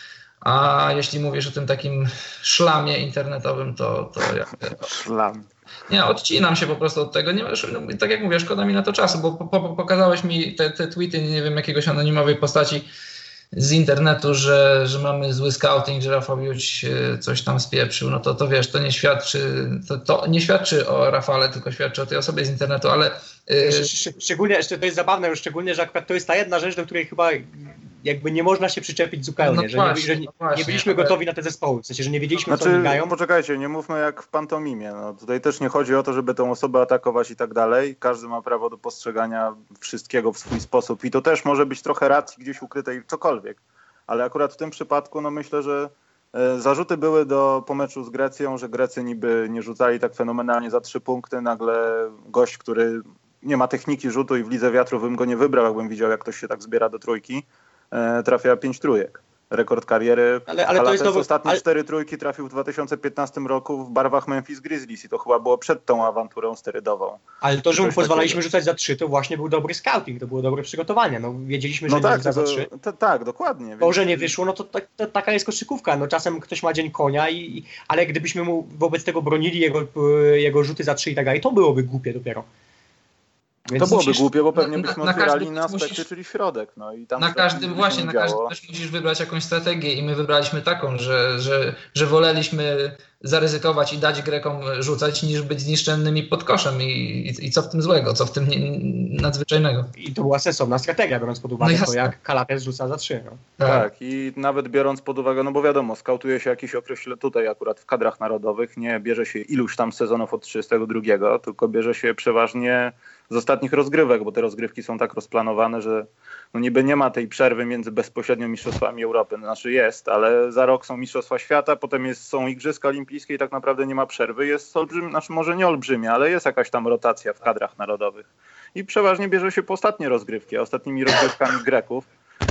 a jeśli mówisz o tym takim szlamie internetowym, to, to ja... Szlam. Nie, odcinam się po prostu od tego. Nie, no, tak jak mówię, szkoda mi na to czasu, bo po, po, pokazałeś mi te, te tweety, nie wiem, jakiegoś anonimowej postaci z internetu, że, że mamy zły scouting, że Rafał Juć coś tam spieprzył, no to, to wiesz, to nie świadczy, to, to nie świadczy o Rafale, tylko świadczy o tej osobie z internetu, ale... Yy... Szczególnie, to jest zabawne, szczególnie, że akurat to jest ta jedna rzecz, do której chyba jakby nie można się przyczepić zupełnie, no że, właśnie, nie, że nie, no właśnie, nie byliśmy ale... gotowi na te zespoły, w sensie, że nie wiedzieliśmy, znaczy, co oni grają. Poczekajcie, nie mówmy jak w pantomimie, no, tutaj też nie chodzi o to, żeby tą osobę atakować i tak dalej, każdy ma prawo do postrzegania wszystkiego w swój sposób i to też może być trochę racji gdzieś ukrytej, cokolwiek. Ale akurat w tym przypadku, no myślę, że zarzuty były do po meczu z Grecją, że Grecy niby nie rzucali tak fenomenalnie za trzy punkty. Nagle gość, który nie ma techniki rzutu i w lidze wiatru bym go nie wybrał, jakbym widział, jak ktoś się tak zbiera do trójki, trafia pięć trójek. Rekord kariery. Ale, ale to jest znowu, ostatnie ale... cztery trójki trafił w dwa tysiące piętnastym roku w barwach Memphis Grizzlies i to chyba było przed tą awanturą sterydową. Ale to, że mu pozwalaliśmy rzucać za trzy, to właśnie był dobry scouting, to było dobre przygotowanie. No, wiedzieliśmy, że no nie tak, rzuca za trzy. To, tak, dokładnie. To, że nie wyszło, no to, to, to taka jest koszykówka. No, czasem ktoś ma dzień konia, i, i, ale gdybyśmy mu wobec tego bronili jego, jego rzuty za trzy i tak dalej, to byłoby głupie dopiero. Więc to byłoby musisz, głupie, bo pewnie na, byśmy na otwierali na aspekty, musisz, czyli środek. No i tam na każdym właśnie, na każdym też musisz wybrać jakąś strategię i my wybraliśmy taką, że, że, że woleliśmy zaryzykować i dać Grekom rzucać, niż być zniszczonymi pod koszem. I, i, i co w tym złego, co w tym nie, nadzwyczajnego. I to była sensowna strategia, biorąc pod uwagę no to, jak Kalates rzuca za trzy. No. Tak. tak, i nawet biorąc pod uwagę, no bo wiadomo, skautuje się jakiś określony, tutaj akurat w kadrach narodowych, nie bierze się iluś tam sezonów od trzydziestego drugiego, tylko bierze się przeważnie z ostatnich rozgrywek, bo te rozgrywki są tak rozplanowane, że no niby nie ma tej przerwy między bezpośrednio mistrzostwami Europy, znaczy jest, ale za rok są mistrzostwa świata, potem jest, są igrzyska olimpijskie i tak naprawdę nie ma przerwy, jest olbrzymia, znaczy może nie olbrzymia, ale jest jakaś tam rotacja w kadrach narodowych i przeważnie bierze się po ostatnie rozgrywki, a ostatnimi rozgrywkami Greków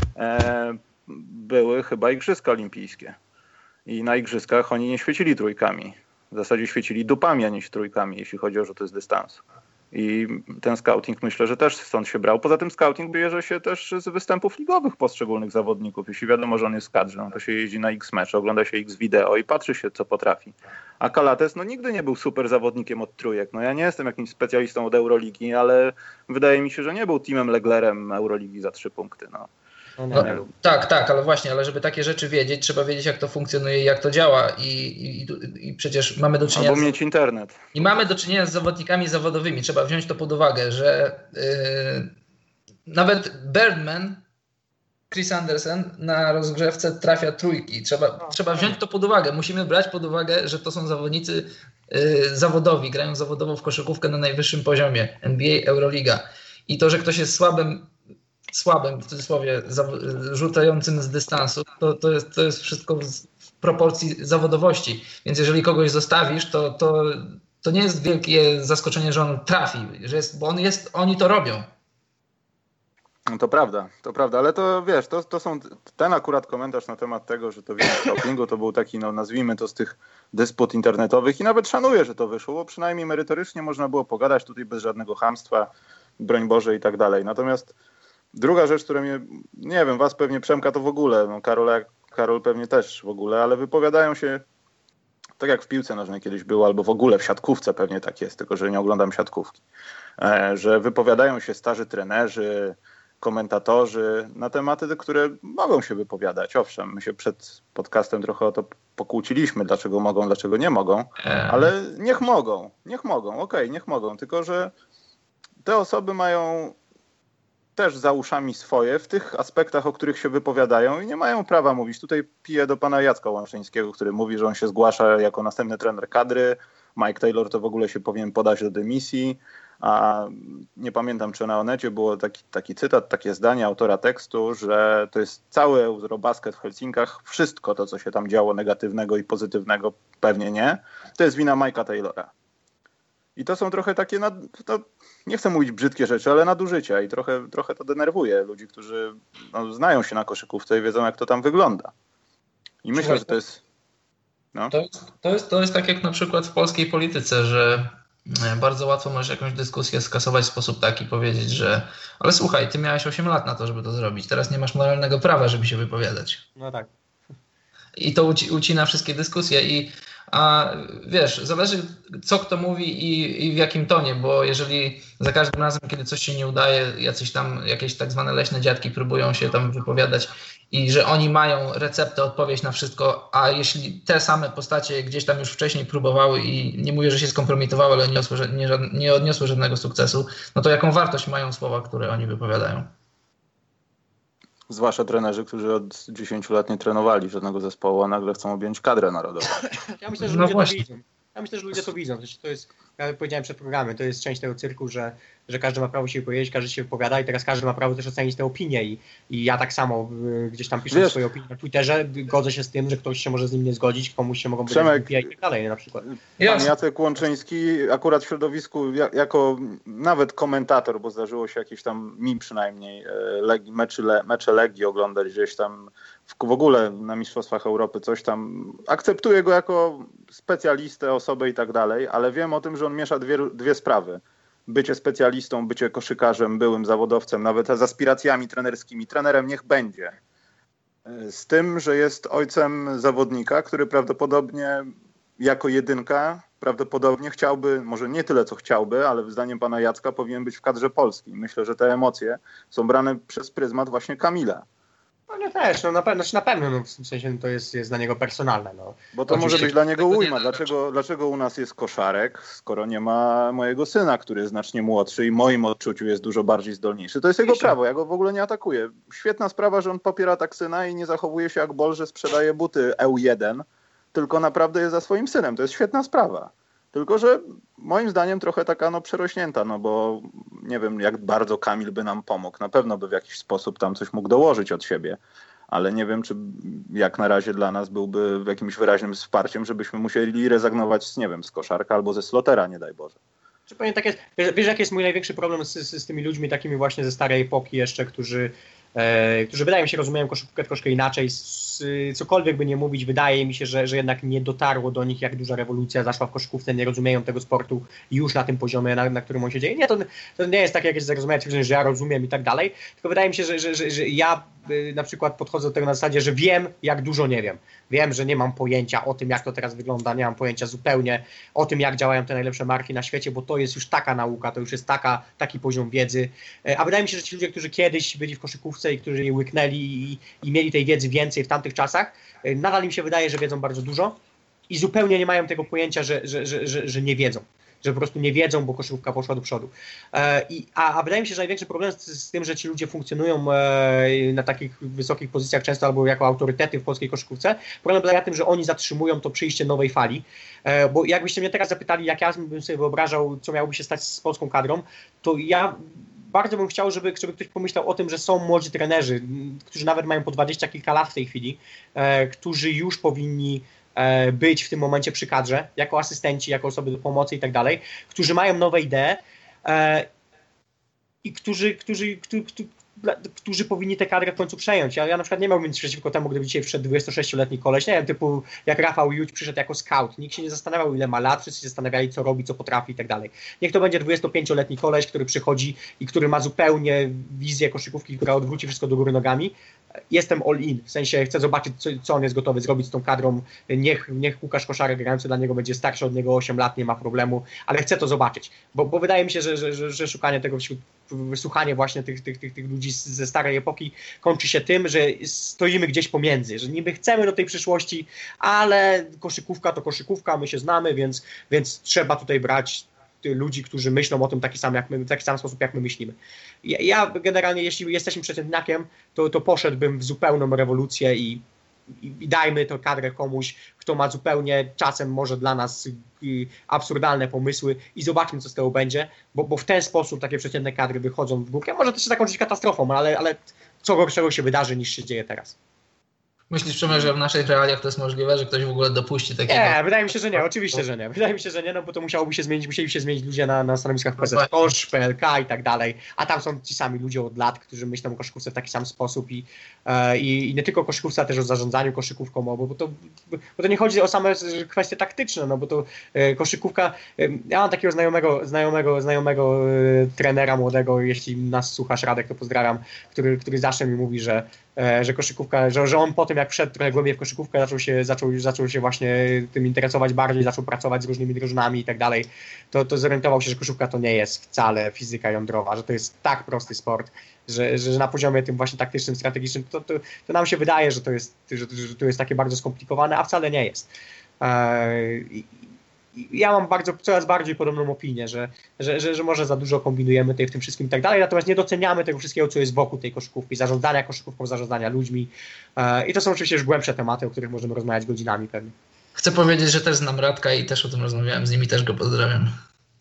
e, były chyba igrzyska olimpijskie i na igrzyskach oni nie świecili trójkami, w zasadzie świecili dupami, a nie trójkami, jeśli chodzi o rzuty z dystansu. I ten scouting myślę, że też stąd się brał. Poza tym scouting bierze się też z występów ligowych poszczególnych zawodników. Jeśli wiadomo, że on jest w kadrze, no to się jeździ na X mecze, ogląda się X wideo i patrzy się, co potrafi. A Kalates no nigdy nie był super zawodnikiem od trójek. No ja nie jestem jakimś specjalistą od Euroligi, ale wydaje mi się, że nie był Timem Leglerem Euroligi za trzy punkty. No. No, tak, tak, ale właśnie, ale żeby takie rzeczy wiedzieć, trzeba wiedzieć, jak to funkcjonuje i jak to działa i, i, i przecież mamy do czynienia... Albo mieć internet. I mamy do czynienia z zawodnikami zawodowymi. Trzeba wziąć to pod uwagę, że yy, nawet Birdman, Chris Andersen na rozgrzewce trafia trójki. Trzeba, no, trzeba wziąć to pod uwagę. Musimy brać pod uwagę, że to są zawodnicy yy, zawodowi, grają zawodowo w koszykówkę na najwyższym poziomie. N B A, Euroliga. I to, że ktoś jest słabym, słabym w cudzysłowie, rzucającym z dystansu, to, to, jest, to jest wszystko w proporcji zawodowości. Więc jeżeli kogoś zostawisz, to, to, to nie jest wielkie zaskoczenie, że on trafi, że jest, bo on jest, oni to robią. No to prawda, to prawda, ale to wiesz, to, to są, ten akurat komentarz na temat tego, że to wiesz, dopingu, to był taki, no nazwijmy to z tych dysput internetowych i nawet szanuję, że to wyszło, bo przynajmniej merytorycznie można było pogadać tutaj bez żadnego chamstwa, broń Boże i tak dalej. Natomiast druga rzecz, która mnie, nie wiem, was pewnie Przemka to w ogóle, no Karol, Karol pewnie też w ogóle, ale wypowiadają się tak jak w piłce nożnej kiedyś było, albo w ogóle w siatkówce pewnie tak jest, tylko że nie oglądam siatkówki, e, że wypowiadają się starzy trenerzy, komentatorzy na tematy, które mogą się wypowiadać. Owszem, my się przed podcastem trochę o to pokłóciliśmy, dlaczego mogą, dlaczego nie mogą, ale niech mogą, niech mogą, okej, okay, niech mogą, tylko że te osoby mają też za uszami swoje w tych aspektach, o których się wypowiadają i nie mają prawa mówić. Tutaj piję do pana Jacka Łączyńskiego, który mówi, że on się zgłasza jako następny trener kadry. Mike Taylor to w ogóle się powinien podać do dymisji, a nie pamiętam, czy na Onecie było taki, taki cytat, takie zdanie autora tekstu, że to jest cały Eurobasket w Helsinkach, wszystko to, co się tam działo negatywnego i pozytywnego, pewnie nie, to jest wina Mike'a Taylora. I to są trochę takie, nad, no, nie chcę mówić brzydkie rzeczy, ale nadużycia i trochę, trochę to denerwuje ludzi, którzy no, znają się na koszykówce i wiedzą, jak to tam wygląda. I myślę, Słuchaj, że to jest... No. To, jest, to, jest, to jest tak jak na przykład w polskiej polityce, że bardzo łatwo możesz jakąś dyskusję skasować w sposób taki, powiedzieć, że ale słuchaj, ty miałeś osiem lat na to, żeby to zrobić, teraz nie masz moralnego prawa, żeby się wypowiadać. No tak. I to uci, ucina wszystkie dyskusje i a wiesz, zależy co kto mówi i, i w jakim tonie, bo jeżeli za każdym razem, kiedy coś się nie udaje, jacyś tam jakieś tak zwane leśne dziadki próbują się tam wypowiadać i że oni mają receptę, odpowiedź na wszystko, a jeśli te same postacie gdzieś tam już wcześniej próbowały i nie mówię, że się skompromitowały, ale nie, niosły, nie, nie odniosły żadnego sukcesu, no to jaką wartość mają słowa, które oni wypowiadają? Zwłaszcza trenerzy, którzy od dziesięciu lat nie trenowali żadnego zespołu, a nagle chcą objąć kadrę narodową. Ja myślę, że no ludzie właśnie. to widzą. Ja myślę, że ludzie to widzą. To jest, ja powiedziałem przed programem, to jest część tego cyrku, że, że każdy ma prawo się wypowiedzieć, każdy się wypowiada i teraz każdy ma prawo też ocenić te opinie i, i ja tak samo y, gdzieś tam piszę swoje opinie na Twitterze, godzę się z tym, że ktoś się może z nim nie zgodzić, komuś się mogą być głupie i tak dalej na przykład. Pan Jacek Łączyński akurat w środowisku jako nawet komentator, bo zdarzyło się jakieś tam, mi przynajmniej, legi, mecze, mecze Legii oglądać gdzieś tam w, w ogóle na Mistrzostwach Europy, coś tam, akceptuję go jako specjalistę, osobę i tak dalej, ale wiem o tym, że on miesza dwie, dwie sprawy. Bycie specjalistą, bycie koszykarzem, byłym zawodowcem, nawet z aspiracjami trenerskimi. Trenerem niech będzie. Z tym, że jest ojcem zawodnika, który prawdopodobnie jako jedynka prawdopodobnie chciałby, może nie tyle co chciałby, ale zdaniem pana Jacka powinien być w kadrze polskiej. Myślę, że te emocje są brane przez pryzmat właśnie Kamila. No nie też, no na pewno, na pewno no, w sensie to jest, jest dla niego personalne. No. Bo to Oczywiście może być dla niego ujma. Dlaczego, dlaczego u nas jest koszarek, skoro nie ma mojego syna, który jest znacznie młodszy i w moim odczuciu jest dużo bardziej zdolniejszy? To jest jego prawo, ja go w ogóle nie atakuję. Świetna sprawa, że on popiera tak syna i nie zachowuje się jak Bol, że sprzedaje buty E U jeden, tylko naprawdę jest za swoim synem. To jest świetna sprawa. Tylko że moim zdaniem trochę taka no przerośnięta, no bo nie wiem jak bardzo Kamil by nam pomógł. Na pewno by w jakiś sposób tam coś mógł dołożyć od siebie, ale nie wiem czy jak na razie dla nas byłby jakimś wyraźnym wsparciem, żebyśmy musieli rezygnować z, nie wiem, z koszarka albo ze slotera, nie daj Boże. Czy powiem, tak jest, wiesz, wiesz jaki jest mój największy problem z, z, z tymi ludźmi takimi właśnie ze starej epoki jeszcze, którzy E, którzy wydaje mi się rozumieją koszykówkę troszkę inaczej, z, cokolwiek by nie mówić, wydaje mi się, że, że jednak nie dotarło do nich, jak duża rewolucja zaszła w koszykówce, nie rozumieją tego sportu już na tym poziomie, na, na którym on się dzieje. Nie, to, to nie jest tak jakieś zrozumiałe, że ja rozumiem i tak dalej, tylko wydaje mi się, że, że, że, że ja y, na przykład podchodzę do tego na zasadzie, że wiem, jak dużo nie wiem. Wiem, że nie mam pojęcia o tym, jak to teraz wygląda, nie mam pojęcia zupełnie o tym, jak działają te najlepsze marki na świecie, bo to jest już taka nauka, to już jest taka, taki poziom wiedzy. A wydaje mi się, że ci ludzie, którzy kiedyś byli w koszykówce, koszykówce i którzy jej łyknęli i, i mieli tej wiedzy więcej w tamtych czasach, nadal im się wydaje, że wiedzą bardzo dużo i zupełnie nie mają tego pojęcia, że, że, że, że, że nie wiedzą. Że po prostu nie wiedzą, bo koszykówka poszła do przodu. E, i, a, a wydaje mi się, że największy problem z, z tym, że ci ludzie funkcjonują e, na takich wysokich pozycjach często albo jako autorytety w polskiej koszykówce, problem polega na tym, że oni zatrzymują to przyjście nowej fali, e, bo jakbyście mnie teraz zapytali, jak ja bym sobie wyobrażał, co miałoby się stać z polską kadrą, to ja bardzo bym chciał, żeby, żeby ktoś pomyślał o tym, że są młodzi trenerzy, którzy nawet mają po dwadzieścia kilka lat w tej chwili, e, którzy już powinni być w tym momencie przy kadrze, jako asystenci, jako osoby do pomocy i tak dalej, którzy mają nowe idee e, i którzy, którzy, którzy, którzy, którzy powinni tę kadrę w końcu przejąć. Ja, ja na przykład nie miałbym nic przeciwko temu, gdyby dzisiaj wszedł dwudziestosześcioletni koleś, nie wiem, typu jak Rafał Juć przyszedł jako scout. Nikt się nie zastanawiał, ile ma lat, wszyscy się zastanawiali, co robi, co potrafi i tak dalej. Niech to będzie dwudziestopięcioletni koleś, który przychodzi i który ma zupełnie wizję koszykówki, która odwróci wszystko do góry nogami. Jestem all in, w sensie chcę zobaczyć, co, co on jest gotowy zrobić z tą kadrą. Niech, niech Łukasz Koszarek grający dla niego będzie starszy od niego osiem lat, nie ma problemu, ale chcę to zobaczyć, bo, bo wydaje mi się, że, że, że, że szukanie tego wśród, wysłuchanie właśnie tych, tych, tych, tych ludzi ze starej epoki kończy się tym, że stoimy gdzieś pomiędzy, że niby chcemy do tej przyszłości, ale koszykówka to koszykówka, my się znamy, więc, więc trzeba tutaj brać ludzi, którzy myślą o tym taki sam, jak my, w taki sam sposób, jak my myślimy. Ja, ja generalnie, jeśli jesteśmy przeciętniakiem, to, to poszedłbym w zupełną rewolucję i, i, i dajmy tę kadrę komuś, kto ma zupełnie czasem może dla nas y, absurdalne pomysły i zobaczmy, co z tego będzie, bo, bo w ten sposób takie przeciętne kadry wychodzą w górkę. Może to się zakończyć katastrofą, ale, ale co gorszego się wydarzy, niż się dzieje teraz. Myślisz, Przemek, że w naszych realiach to jest możliwe, że ktoś w ogóle dopuści takiego? Nie, wydaje mi się, że nie, oczywiście, że nie. Wydaje mi się, że nie, no bo to musiałoby się zmienić, musieli się zmienić ludzie na, na stanowiskach P Z Kosz, P L K i tak dalej, a tam są ci sami ludzie od lat, którzy myślą o koszykówce w taki sam sposób i, e, i, i nie tylko o koszykówce, a też o zarządzaniu koszykówką, bo, bo, to, bo to nie chodzi o same kwestie taktyczne, no bo to e, koszykówka, e, ja mam takiego znajomego, znajomego, znajomego e, trenera młodego, jeśli nas słuchasz, Radek, to pozdrawiam, który, który zawsze mi mówi, że że koszykówka, że, że on po tym jak wszedł trochę głębiej w koszykówkę, zaczął się, zaczął, zaczął się właśnie tym interesować bardziej, zaczął pracować z różnymi drużynami i tak dalej, to, to zorientował się, że koszykówka to nie jest wcale fizyka jądrowa, że to jest tak prosty sport, że, że na poziomie tym właśnie taktycznym, strategicznym, to, to, to nam się wydaje, że to jest, że, że to jest takie bardzo skomplikowane, a wcale nie jest. Eee, Ja mam bardzo, coraz bardziej podobną opinię, że, że, że, że może za dużo kombinujemy tutaj w tym wszystkim i tak dalej, natomiast nie doceniamy tego wszystkiego, co jest wokół tej koszykówki, zarządzania koszykówką, zarządzania ludźmi e, i to są oczywiście już głębsze tematy, o których możemy rozmawiać godzinami pewnie. Chcę powiedzieć, że też znam Radka i też o tym rozmawiałem z nimi, też go pozdrawiam.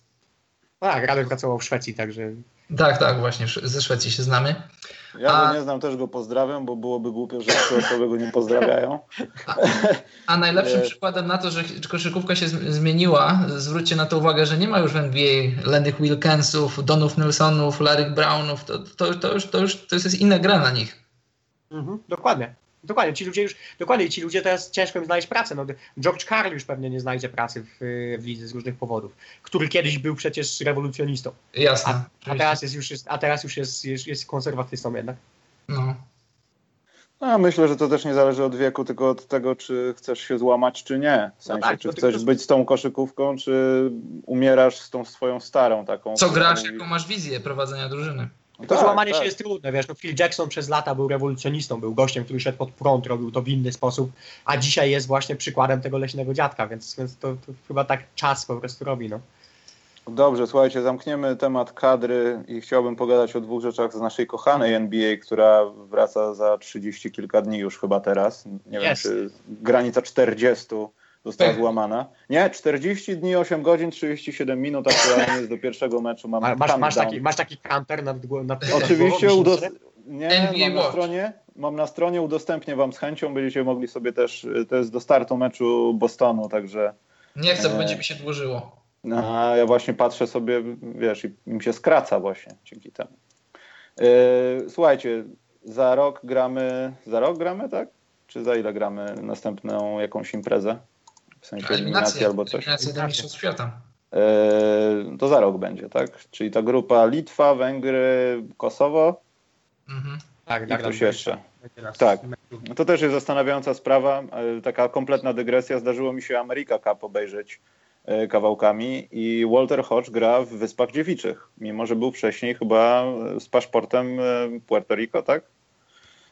Tak, Radek pracował w Szwecji, także... Tak, tak, właśnie ze Szwecji się znamy. Ja a... go nie znam, też go pozdrawiam, bo byłoby głupio, że trzy osoby go nie pozdrawiają. A, a najlepszym przykładem na to, że koszykówka się zmieniła, zwróćcie na to uwagę, że nie ma już w N B A Lennych Wilkensów, Donów Nelsonów, Larry Brownów, to, to, to, już, to już to jest inna gra na nich. Mhm, dokładnie. Dokładnie, ci ludzie już, dokładnie, ci ludzie teraz ciężko im znaleźć pracę. No, George Karl już pewnie nie znajdzie pracy w, w lidze z różnych powodów, który kiedyś był przecież rewolucjonistą. Jasne. A, a teraz jest już, jest, a teraz już jest, jest, jest konserwatystą jednak. No. No, myślę, że to też nie zależy od wieku, tylko od tego, czy chcesz się złamać, czy nie. W sensie, no tak, czy no chcesz tylko... być z tą koszykówką, czy umierasz z tą swoją starą taką. Co grasz, jaką masz wizję prowadzenia drużyny? To tak, złamanie tak. się jest trudne, wiesz, no Phil Jackson przez lata był rewolucjonistą, był gościem, który szedł pod prąd, robił to w inny sposób, a dzisiaj jest właśnie przykładem tego leśnego dziadka, więc, więc to, to chyba tak czas po prostu robi, no. Dobrze, słuchajcie, zamkniemy temat kadry i chciałbym pogadać o dwóch rzeczach z naszej kochanej N B A, która wraca za trzydzieści kilka dni już chyba teraz. Nie wiem, Jest. czy granica czterdziestu została złamana. Nie, czterdzieści dni, osiem godzin, trzydzieści siedem minut, aktualnie jest do pierwszego meczu. Mam masz, masz, taki, masz taki counter nad, nad Oczywiście, głową, udos- nie, N B A mam na Watch. stronie, mam na stronie, udostępnię wam z chęcią, będziecie mogli sobie też, to jest do startu meczu Bostonu, także... Nie chcę, bo e... będzie mi się dłużyło. A ja właśnie patrzę sobie, wiesz, i im się skraca właśnie dzięki temu. Yy, słuchajcie, za rok gramy, za rok gramy, tak? Czy za ile gramy następną jakąś imprezę? W sensie eliminacji albo coś? Eliminacja do Mistrzostw Świata. Yy, to za rok będzie, tak? Czyli ta grupa Litwa, Węgry, Kosowo Mhm. Tak, i ktoś jeszcze. Tak. No to też jest zastanawiająca sprawa, yy, taka kompletna dygresja. Zdarzyło mi się America Cup obejrzeć kawałkami i Walter Hodge gra w Wyspach Dziewiczych, mimo że był wcześniej chyba z paszportem Puerto Rico, tak?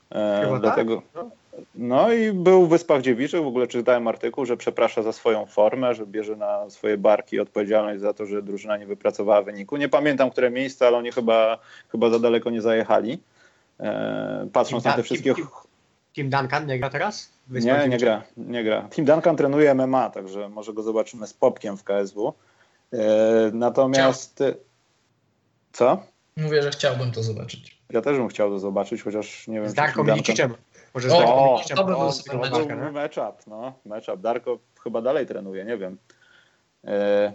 E, dlatego... Tak? No i był w Wyspach Dziewiczych, w ogóle czytałem artykuł, że przeprasza za swoją formę, że bierze na swoje barki odpowiedzialność za to, że drużyna nie wypracowała wyniku. Nie pamiętam, które miejsce, ale oni chyba, chyba za daleko nie zajechali. E, patrząc Tim na te wszystkie... Tim, Tim Duncan nie gra teraz? Nie, nie gra, nie gra. Tim Duncan trenuje M M A, także może go zobaczymy z Popkiem w K S W. E, natomiast... Chciał. Co? Mówię, że chciałbym to zobaczyć. Ja też bym chciał to zobaczyć, chociaż nie wiem... Z Darko Miliciczem. Może z o, Darko o, to by był super match-up, match-up, no. Match-up. Darko chyba dalej trenuje, nie wiem. E,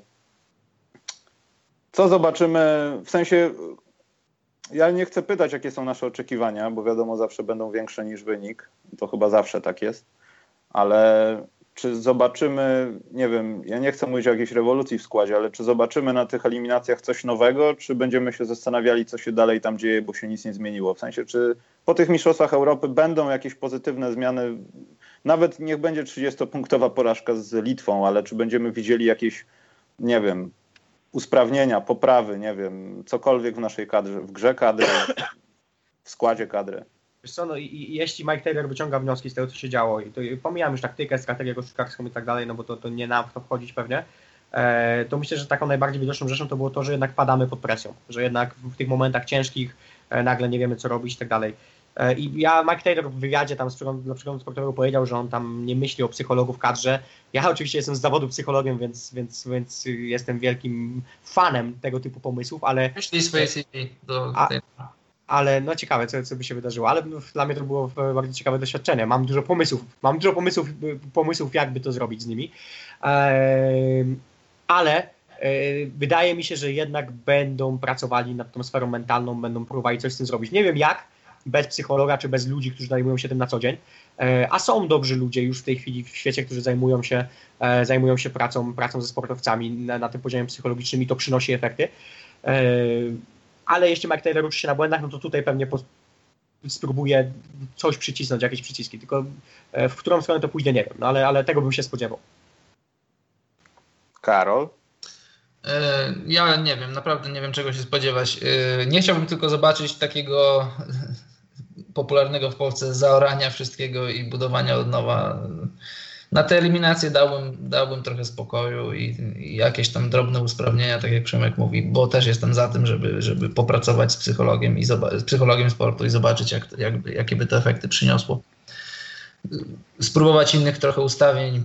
co zobaczymy, w sensie... Ja nie chcę pytać, jakie są nasze oczekiwania, bo wiadomo, zawsze będą większe niż wynik. To chyba zawsze tak jest. Ale czy zobaczymy, nie wiem, ja nie chcę mówić o jakiejś rewolucji w składzie, ale czy zobaczymy na tych eliminacjach coś nowego, czy będziemy się zastanawiali, co się dalej tam dzieje, bo się nic nie zmieniło? W sensie, czy po tych mistrzostwach Europy będą jakieś pozytywne zmiany, nawet niech będzie trzydziestopunktowa porażka z Litwą, ale czy będziemy widzieli jakieś, nie wiem, usprawnienia, poprawy, nie wiem, cokolwiek w naszej kadrze, w grze kadry, w składzie kadry. Wiesz co, no i, i jeśli Mike Taylor wyciąga wnioski z tego, co się działo, i to pomijam już taktykę, strategię koszykarską i tak dalej, no bo to, to nie nam w to wchodzić pewnie, e, to myślę, że taką najbardziej widoczną rzeczą to było to, że jednak padamy pod presją, że jednak w tych momentach ciężkich e, nagle nie wiemy, co robić i tak dalej. E, I ja, Mike Taylor w wywiadzie tam z przeglądu, dla przeglądu sportowego powiedział, że on tam nie myśli o psychologu w kadrze. Ja oczywiście jestem z zawodu psychologiem, więc, więc, więc jestem wielkim fanem tego typu pomysłów, ale... Myśli swoje C V do... A, ale no ciekawe, co, co by się wydarzyło, ale dla mnie to było bardzo ciekawe doświadczenie. Mam dużo pomysłów, mam dużo pomysłów, pomysłów jakby to zrobić z nimi, eee, ale e, wydaje mi się, że jednak będą pracowali nad tą sferą mentalną, będą próbowali coś z tym zrobić. Nie wiem jak, bez psychologa czy bez ludzi, którzy zajmują się tym na co dzień, e, a są dobrzy ludzie już w tej chwili w świecie, którzy zajmują się, e, zajmują się pracą, pracą ze sportowcami na, na tym poziomie psychologicznym i to przynosi efekty. E, Ale jeśli Mike Taylor uczy się na błędach, no to tutaj pewnie po, spróbuje coś przycisnąć, jakieś przyciski, tylko w którą stronę to pójdzie, nie wiem, no ale, ale tego bym się spodziewał. Karol? Ja nie wiem, naprawdę nie wiem, czego się spodziewać. Nie chciałbym tylko zobaczyć takiego popularnego w Polsce zaorania wszystkiego i budowania od nowa. Na te eliminacje dałbym, dałbym trochę spokoju i, i jakieś tam drobne usprawnienia, tak jak Przemek mówi, bo też jestem za tym, żeby, żeby popracować z psychologiem i z psychologiem sportu i zobaczyć, jak, jak, jakie by to efekty przyniosło. Spróbować innych trochę ustawień,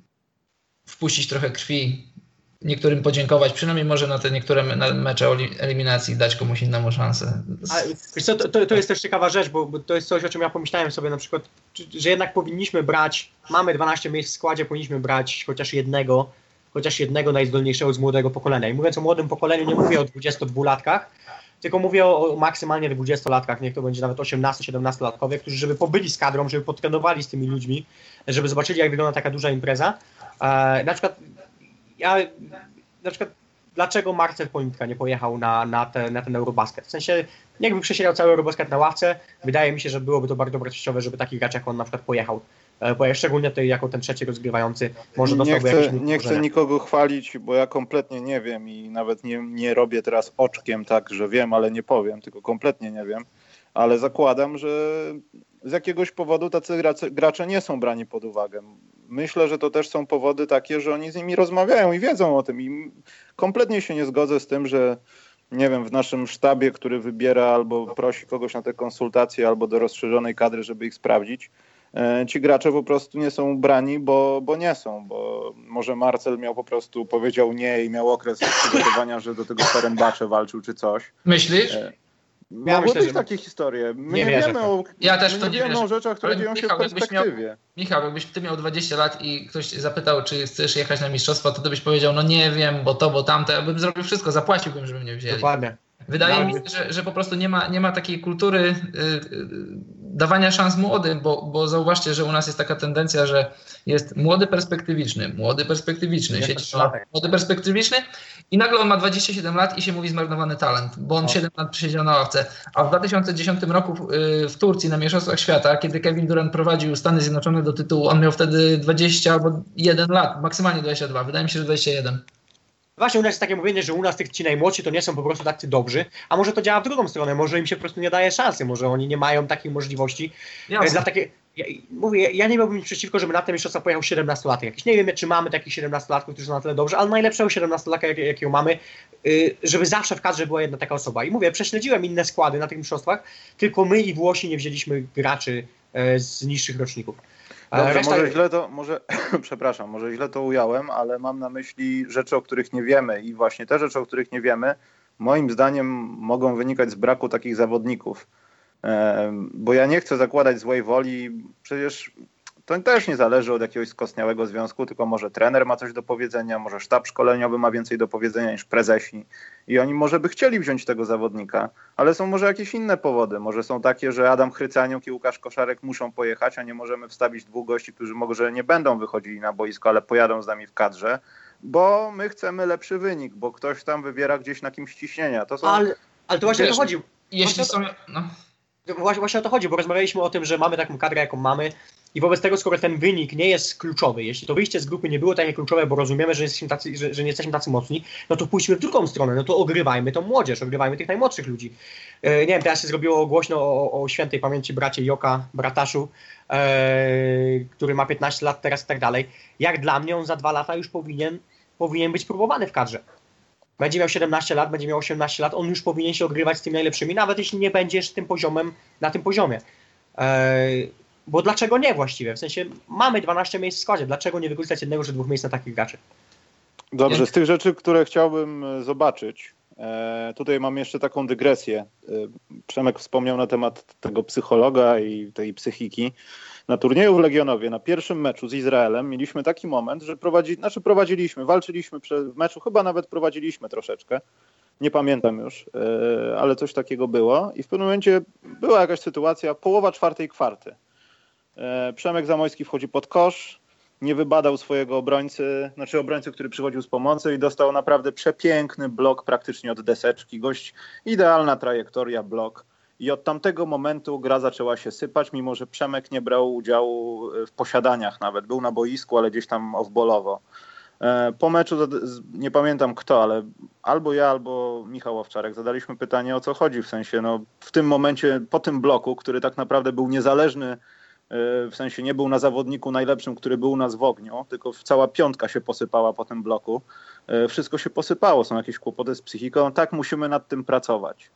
wpuścić trochę krwi, niektórym podziękować, przynajmniej może na te niektóre mecze eliminacji dać komuś innemu szansę. Ale, wiesz co, to, to jest też ciekawa rzecz, bo, bo to jest coś, o czym ja pomyślałem sobie na przykład, że jednak powinniśmy brać, mamy dwanaście miejsc w składzie, powinniśmy brać chociaż jednego, chociaż jednego najzdolniejszego z młodego pokolenia. I mówiąc o młodym pokoleniu, nie mówię o dwudziestodwulatkach, tylko mówię o, o maksymalnie dwudziestolatkach, niech to będzie nawet osiemnasto-siedemnastolatkowie, którzy żeby pobyli z kadrą, żeby podtrenowali z tymi ludźmi, żeby zobaczyli, jak wygląda taka duża impreza. E, na przykład ja, na przykład, dlaczego Marcel Ponitka nie pojechał na, na, te, na ten Eurobasket? W sensie, jakby przesiedział cały Eurobasket na ławce, wydaje mi się, że byłoby to bardzo wartościowe, żeby taki gracz jak on na przykład pojechał. Bo szczególnie tutaj jako ten trzeci rozgrywający może dostałby nie jakieś... Chcę, nie chcę nikogo chwalić, bo ja kompletnie nie wiem i nawet nie, nie robię teraz oczkiem tak, że wiem, ale nie powiem, tylko kompletnie nie wiem. Ale zakładam, że z jakiegoś powodu tacy gracze, gracze nie są brani pod uwagę. Myślę, że to też są powody takie, że oni z nimi rozmawiają i wiedzą o tym. I kompletnie się nie zgodzę z tym, że nie wiem, w naszym sztabie, który wybiera albo prosi kogoś na te konsultacje, albo do rozszerzonej kadry, żeby ich sprawdzić, ci gracze po prostu nie są brani, bo, bo nie są, bo może Marcel miał po prostu, powiedział nie i miał okres przygotowania, że do tego Ferenbacze walczył czy coś. Myślisz? Ja Mogły myślę, być że... takie historie. My nie, nie wiemy o, ja też to nie wiemy o rzeczach, które dzieją się w perspektywie. Miał, Michał, jakbyś ty miał dwadzieścia lat i ktoś zapytał, czy chcesz jechać na mistrzostwo, to ty byś powiedział, no nie wiem, bo to, bo tamte, ja bym zrobił wszystko, zapłaciłbym, żeby mnie wzięli. Dokładnie. Wydaje mi się, że, że po prostu nie ma, nie ma takiej kultury y, y, dawania szans młodym, bo, bo zauważcie, że u nas jest taka tendencja, że jest młody perspektywiczny, młody perspektywiczny, siedzi młody perspektywiczny i nagle on ma dwadzieścia siedem lat i się mówi zmarnowany talent, bo on o. siedem lat przesiedział na ławce. A w dwa tysiące dziesiątym roku w, y, w Turcji na Mistrzostwach Świata, kiedy Kevin Durant prowadził Stany Zjednoczone do tytułu, on miał wtedy dwadzieścia albo jeden lat, maksymalnie dwadzieścia dwa, wydaje mi się, że dwadzieścia jeden. Właśnie u nas jest takie mówienie, że u nas tych ci najmłodsi to nie są po prostu tacy dobrzy, a może to działa w drugą stronę, może im się po prostu nie daje szansy, może oni nie mają takiej możliwości. Jasne. Dla takie, ja, mówię, ja nie miałbym nic przeciwko, żeby na te mistrzostwa pojechał siedemnastolatek jakiś. Nie wiem, czy mamy takich siedemnastolatków, którzy są na tyle dobrzy, ale najlepszego siedemnastolatka, jak, jakiego mamy, yy, żeby zawsze w kadrze była jedna taka osoba. I mówię, prześledziłem inne składy na tych mistrzostwach, tylko my i Włosi nie wzięliśmy graczy yy, z niższych roczników. Dobrze, Reszta... może źle to, może, przepraszam, może źle to ująłem, ale mam na myśli rzeczy, o których nie wiemy i właśnie te rzeczy, o których nie wiemy, moim zdaniem mogą wynikać z braku takich zawodników. Bo ja nie chcę zakładać złej woli, przecież to też nie zależy od jakiegoś skostniałego związku, tylko może trener ma coś do powiedzenia, może sztab szkoleniowy ma więcej do powiedzenia niż prezesi i oni może by chcieli wziąć tego zawodnika, ale są może jakieś inne powody, może są takie, że Adam Chrycaniuk i Łukasz Koszarek muszą pojechać, a nie możemy wstawić dwóch gości, którzy może nie będą wychodzili na boisko, ale pojadą z nami w kadrze, bo my chcemy lepszy wynik, bo ktoś tam wybiera gdzieś na kimś ciśnienia. To są... ale, ale to właśnie Wiesz, o to chodzi. Jeśli są... No. Właśnie, właśnie o to chodzi, bo rozmawialiśmy o tym, że mamy taką kadrę, jaką mamy i wobec tego, skoro ten wynik nie jest kluczowy, jeśli to wyjście z grupy nie było takie kluczowe, bo rozumiemy, że, jesteśmy tacy, że, że nie jesteśmy tacy mocni, no to pójdźmy w drugą stronę, no to ogrywajmy tą młodzież, ogrywajmy tych najmłodszych ludzi. E, nie wiem, teraz się zrobiło głośno o, o świętej pamięci bracie Joka, brataszu, e, który ma piętnaście lat teraz i tak dalej. Jak dla mnie on za dwa lata już powinien, powinien być próbowany w kadrze. Będzie miał siedemnaście lat, będzie miał osiemnaście lat, on już powinien się ogrywać z tymi najlepszymi, nawet jeśli nie będziesz tym poziomem, na tym poziomie. Eee, bo dlaczego nie właściwie? W sensie mamy dwanaście miejsc w składzie, dlaczego nie wykorzystać jednego czy dwóch miejsc na takich graczy? Dobrze, z tych rzeczy, które chciałbym zobaczyć, e, tutaj mam jeszcze taką dygresję. E, Przemek wspomniał na temat tego psychologa i tej psychiki. Na turnieju w Legionowie, na pierwszym meczu z Izraelem mieliśmy taki moment, że prowadzi, znaczy prowadziliśmy, walczyliśmy w meczu, chyba nawet prowadziliśmy troszeczkę, nie pamiętam już, yy, ale coś takiego było i w pewnym momencie była jakaś sytuacja, połowa czwartej kwarty. Yy, Przemek Zamojski wchodzi pod kosz, nie wybadał swojego obrońcy, znaczy obrońcy, który przychodził z pomocy i dostał naprawdę przepiękny blok praktycznie od deseczki, gość, idealna trajektoria, blok. I od tamtego momentu gra zaczęła się sypać, mimo że Przemek nie brał udziału w posiadaniach nawet. Był na boisku, ale gdzieś tam off-ballowo. Po meczu, nie pamiętam kto, ale albo ja, albo Michał Owczarek zadaliśmy pytanie, o co chodzi. W sensie, no, w tym momencie, po tym bloku, który tak naprawdę był niezależny, w sensie nie był na zawodniku najlepszym, który był u nas w ogniu, tylko cała piątka się posypała po tym bloku. Wszystko się posypało, są jakieś kłopoty z psychiką. Tak, musimy nad tym pracować.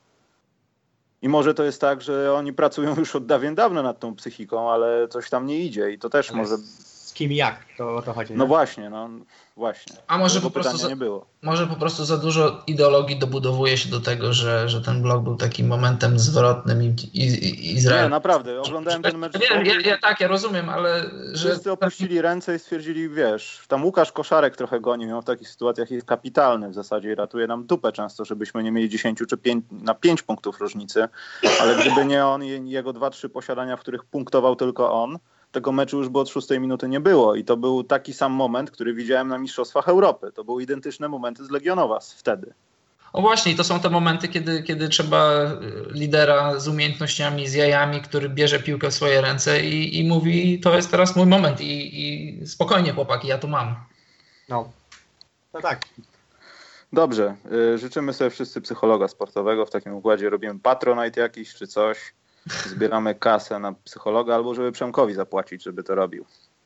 I może to jest tak, że oni pracują już od dawien dawna nad tą psychiką, ale coś tam nie idzie i to też ale może... Z kim i jak? To o to chodzi. No nie? właśnie, no właśnie. A może po, prostu za, nie było. może po prostu za dużo ideologii dobudowuje się do tego, że, że ten blok był takim momentem zwrotnym i, i, i Izrael... Nie, naprawdę, oglądałem ten mecz... Nie, ja, ja, tak, ja rozumiem, ale... Że... Wszyscy opuścili ręce i stwierdzili, wiesz, tam Łukasz Koszarek trochę goni, miał w takich sytuacjach jest kapitalny w zasadzie i ratuje nam dupę często, żebyśmy nie mieli dziesięć czy pięć, na pięć punktów różnicy, ale gdyby nie on i jego dwa, trzy posiadania, w których punktował tylko on, tego meczu już by od szóstej minuty nie było i to był taki sam moment, który widziałem na Mistrzostwach Europy. To były identyczne momenty z Legionowa wtedy. O właśnie, to są te momenty, kiedy, kiedy trzeba lidera z umiejętnościami, z jajami, który bierze piłkę w swoje ręce i, i mówi, to jest teraz mój moment i, i spokojnie chłopaki, ja tu mam. No, no tak. Dobrze, życzymy sobie wszyscy psychologa sportowego, w takim układzie robimy Patronite jakiś czy coś. Zbieramy kasę na psychologa, albo żeby Przemkowi zapłacić, żeby to robił.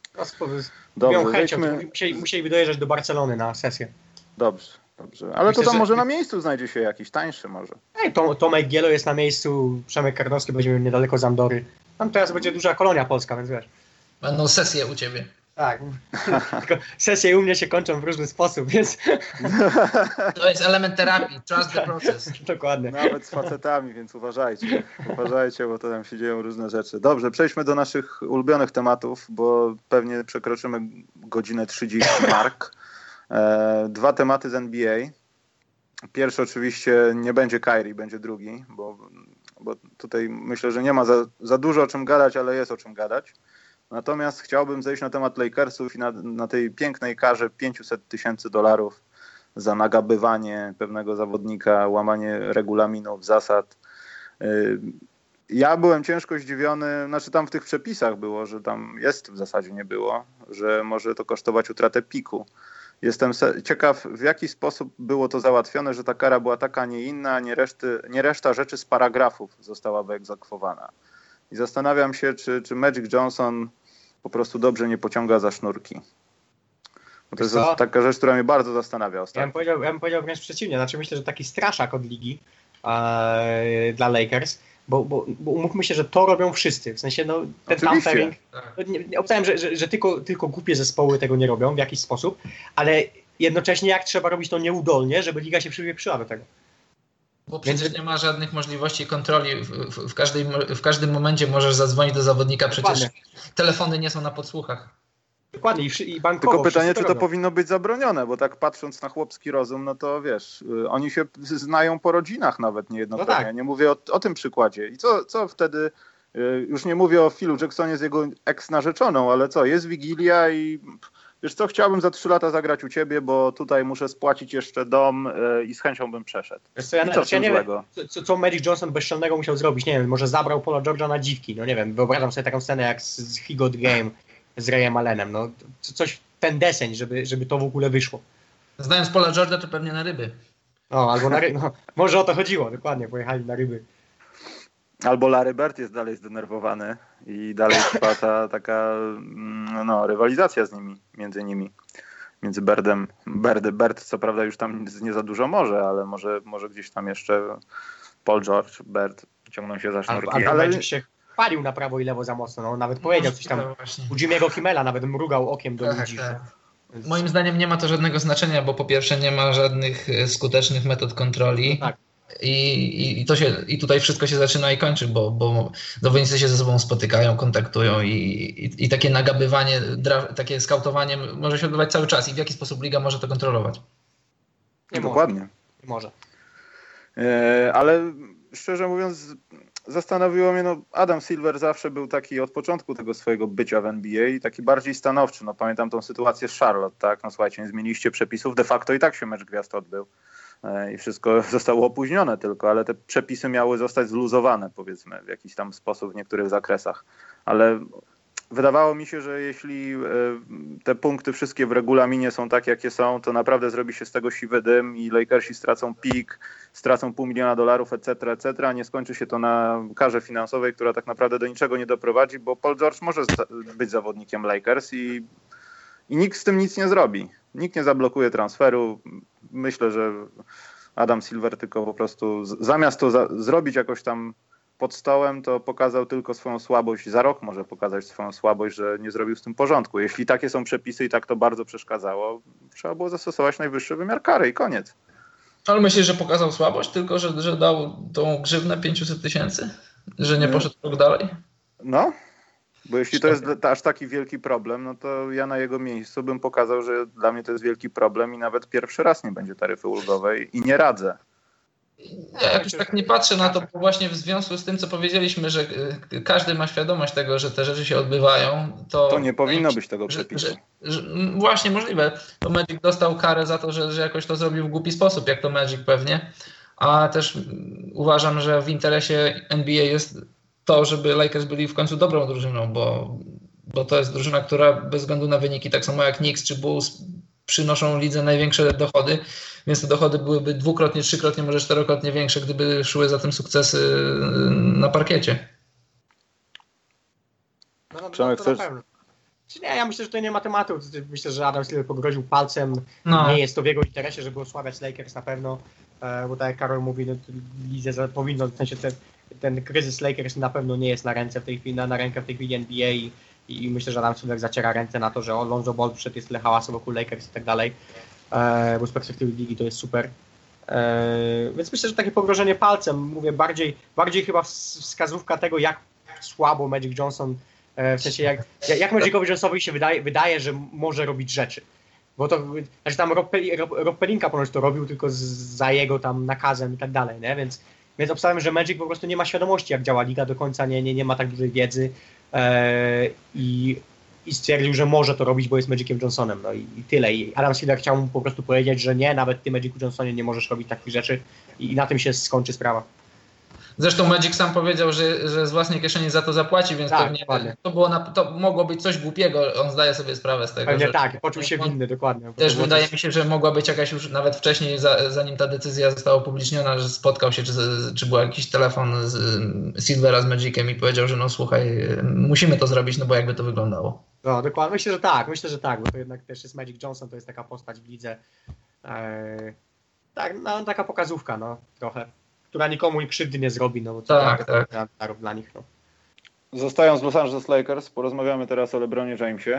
Dobrze, weźmy... musieli, musieli dojeżdżać do Barcelony na sesję. Dobrze, dobrze. Ale Myślę, to tam że... może na miejscu znajdzie się jakiś tańszy może. Ej, Tom, Tomek Gielo jest na miejscu, Przemek Karnowski będzie niedaleko Zandory. Tam teraz będzie duża kolonia polska, więc wiesz. Będą sesje u ciebie. Tak, tylko sesje u mnie się kończą w różny sposób, więc... To jest element terapii, trust the process. Dokładnie. Nawet z facetami, więc uważajcie. Uważajcie, bo to tam się dzieją różne rzeczy. Dobrze, przejdźmy do naszych ulubionych tematów, bo pewnie przekroczymy godzinę trzydzieści mark. E, dwa tematy z N B A. Pierwszy oczywiście nie będzie Kyrie, będzie drugi, bo, bo tutaj myślę, że nie ma za, za dużo o czym gadać, ale jest o czym gadać. Natomiast chciałbym zejść na temat Lakersów i na, na tej pięknej karze pięćset tysięcy dolarów za nagabywanie pewnego zawodnika, łamanie regulaminów, zasad. Ja byłem ciężko zdziwiony, znaczy tam w tych przepisach było, że tam jest w zasadzie nie było, że może to kosztować utratę piku. Jestem ciekaw, w jaki sposób było to załatwione, że ta kara była taka, a nie inna, a nie, reszty, nie reszta rzeczy z paragrafów została wyegzekwowana. I zastanawiam się, czy, czy Magic Johnson po prostu dobrze nie pociąga za sznurki. Bo to jest Co? taka rzecz, która mnie bardzo zastanawia ostatnio. Ja bym powiedział, ja bym powiedział wręcz przeciwnie. Znaczy myślę, że taki straszak od ligi e, dla Lakers, bo, bo, bo umówmy się, że to robią wszyscy. W sensie, no, ten Oczywiście. tampering. Nie, nie, obstałem, że, że, że tylko, tylko głupie zespoły tego nie robią w jakiś sposób, ale jednocześnie jak trzeba robić to nieudolnie, żeby liga się przywieprzyła do tego. Bo przecież nie ma żadnych możliwości kontroli. W, w, w, każdej, w każdym momencie możesz zadzwonić do zawodnika, przecież Dokładnie. telefony nie są na podsłuchach. Dokładnie, i, i bankowo. Tylko pytanie, wszyscy czy to robią. powinno być zabronione, bo tak patrząc na chłopski rozum, no to wiesz, y, oni się znają po rodzinach nawet niejednokrotnie. No tak. Ja nie mówię o, o tym przykładzie. I co, co wtedy, y, już nie mówię o Philu Jacksonie z jego eks-narzeczoną, ale co, jest Wigilia i wiesz co, chciałbym za trzy lata zagrać u ciebie, bo tutaj muszę spłacić jeszcze dom y, i z chęcią bym przeszedł. Wiesz co, ja, I co nawet, w ja tym nie złego? wiem, co, co Magic Johnson bezczelnego musiał zrobić. Nie wiem, może zabrał Paula George'a na dziwki. No nie wiem, wyobrażam sobie taką scenę jak z, z He Got Game z Rayem Allenem. No, co- coś ten deseń, żeby, żeby to w ogóle wyszło. Znając Paula George'a, to pewnie na ryby. No, albo na ryby. No, może o to chodziło, dokładnie, pojechali na ryby. Albo Larry Bird jest dalej zdenerwowany i dalej trwa ta taka mm, no, rywalizacja z nimi, między nimi. Między Birdem, Bird, Bird co prawda już tam nie za dużo może, ale może, może gdzieś tam jeszcze Paul George, Bird ciągną się za sznurki. Albo, albo ale Magic się palił na prawo i lewo za mocno. No, nawet powiedział coś tam. Właśnie. U Jimmy'ego Kimmela nawet mrugał okiem do Tak, ludzi. tak. Więc- Moim zdaniem nie ma to żadnego znaczenia, bo po pierwsze nie ma żadnych e, skutecznych metod kontroli. Tak. I, i, i, to się, I tutaj wszystko się zaczyna i kończy, bo, bo zawodnicy się ze sobą spotykają, kontaktują i, i, i takie nagabywanie, dra, takie skautowanie może się odbywać cały czas. I w jaki sposób liga może to kontrolować? Nie dokładnie. Może. Nie może. E, ale szczerze mówiąc, zastanowiło mnie, no Adam Silver zawsze był taki od początku tego swojego bycia w N B A i taki bardziej stanowczy. No pamiętam tą sytuację z Charlotte, tak? No słuchajcie, nie zmieniliście przepisów, de facto i tak się mecz gwiazd odbył. I wszystko zostało opóźnione tylko, ale te przepisy miały zostać zluzowane, powiedzmy, w jakiś tam sposób w niektórych zakresach. Ale wydawało mi się, że jeśli te punkty wszystkie w regulaminie są takie, jakie są, to naprawdę zrobi się z tego siwy dym i Lakersi stracą pik, stracą pół miliona dolarów, et cetera, et cetera. Nie skończy się to na karze finansowej, która tak naprawdę do niczego nie doprowadzi, bo Paul George może być zawodnikiem Lakers i, i nikt z tym nic nie zrobi. Nikt nie zablokuje transferu. Myślę, że Adam Silver tylko po prostu z, zamiast to za, zrobić jakoś tam pod stołem, to pokazał tylko swoją słabość. Za rok może pokazać swoją słabość, że nie zrobił z tym porządku. Jeśli takie są przepisy i tak to bardzo przeszkadzało, trzeba było zastosować najwyższy wymiar kary i koniec. Ale myślisz, że pokazał słabość, tylko że, że dał tą grzywnę pięćset tysięcy? Że nie poszedł krok dalej? No, bo jeśli to jest aż taki wielki problem, no to ja na jego miejscu bym pokazał, że dla mnie to jest wielki problem i nawet pierwszy raz nie będzie taryfy ulgowej i nie radzę. Ja jakoś tak nie patrzę na to, bo właśnie w związku z tym, co powiedzieliśmy, że każdy ma świadomość tego, że te rzeczy się odbywają, to... To nie powinno być tego że, przepisu. że, że, właśnie możliwe. To Magic dostał karę za to, że, że jakoś to zrobił w głupi sposób, jak to Magic pewnie, a też uważam, że w interesie N B A jest to, żeby Lakers byli w końcu dobrą drużyną, bo, bo to jest drużyna, która bez względu na wyniki, tak samo jak Knicks czy Bulls, przynoszą lidze największe dochody, więc te dochody byłyby dwukrotnie, trzykrotnie, może czterokrotnie większe, gdyby szły za tym sukcesy na parkiecie. No, no, Przemek, no, to na chcesz- pewno. Czy nie, ja myślę, że to nie ma tematu. Myślę, że Adam Silver pogroził palcem. No. Nie jest to w jego interesie, żeby osłabiać Lakers na pewno, e, bo tak jak Karol mówi, no, to lidze za- powinno, w sensie ten, ten kryzys Lakers na pewno nie jest na ręce w tej chwili, na, na rękę w tej chwili N B A i, i myślę, że Adam Silver zaciera ręce na to, że Lonzo Ball przyszedł, jest tyle hałasu wokół Lakers i tak dalej, e, bo z perspektywy ligi to jest super. E, więc myślę, że takie pogrożenie palcem, mówię, bardziej, bardziej chyba ws- wskazówka tego, jak słabo Magic Johnson, e, w sensie jak, jak Magicowi Johnsonowi się wydaje, wydaje, że może robić rzeczy. Bo to, znaczy tam Rob, Peli, Rob, Rob Pelinka ponoć to robił tylko z, za jego tam nakazem i tak dalej, nie? Więc, więc obstawiam, że Magic po prostu nie ma świadomości, jak działa liga do końca, nie, nie, nie ma tak dużej wiedzy e, i, i stwierdził, że może to robić, bo jest Magiciem Johnsonem, no i, i tyle. I Adam Silver chciał mu po prostu powiedzieć, że nie, nawet ty Magicu Johnsonie nie możesz robić takich rzeczy i, i na tym się skończy sprawa. Zresztą Magic sam powiedział, że, że z własnej kieszeni za to zapłaci, więc tak, pewnie to, było na, to mogło być coś głupiego, on zdaje sobie sprawę z tego. Pewnie że, tak, poczuł się winny, dokładnie. Też wydaje coś... mi się, że mogła być jakaś już nawet wcześniej, za, zanim ta decyzja została upubliczniona, że spotkał się, czy, czy był jakiś telefon z Silvera z Magiciem i powiedział, że no słuchaj, musimy to zrobić, no bo jakby to wyglądało. No dokładnie, myślę, że tak, myślę, że tak, bo to jednak też jest Magic Johnson, to jest taka postać w lidze, eee, tak, no taka pokazówka, no trochę, która nikomu i krzywdy nie zrobi, no bo to tak, tak. tak. dla nich, no. Zostając w Los Angeles Lakers, porozmawiamy teraz o LeBronie Jamesie.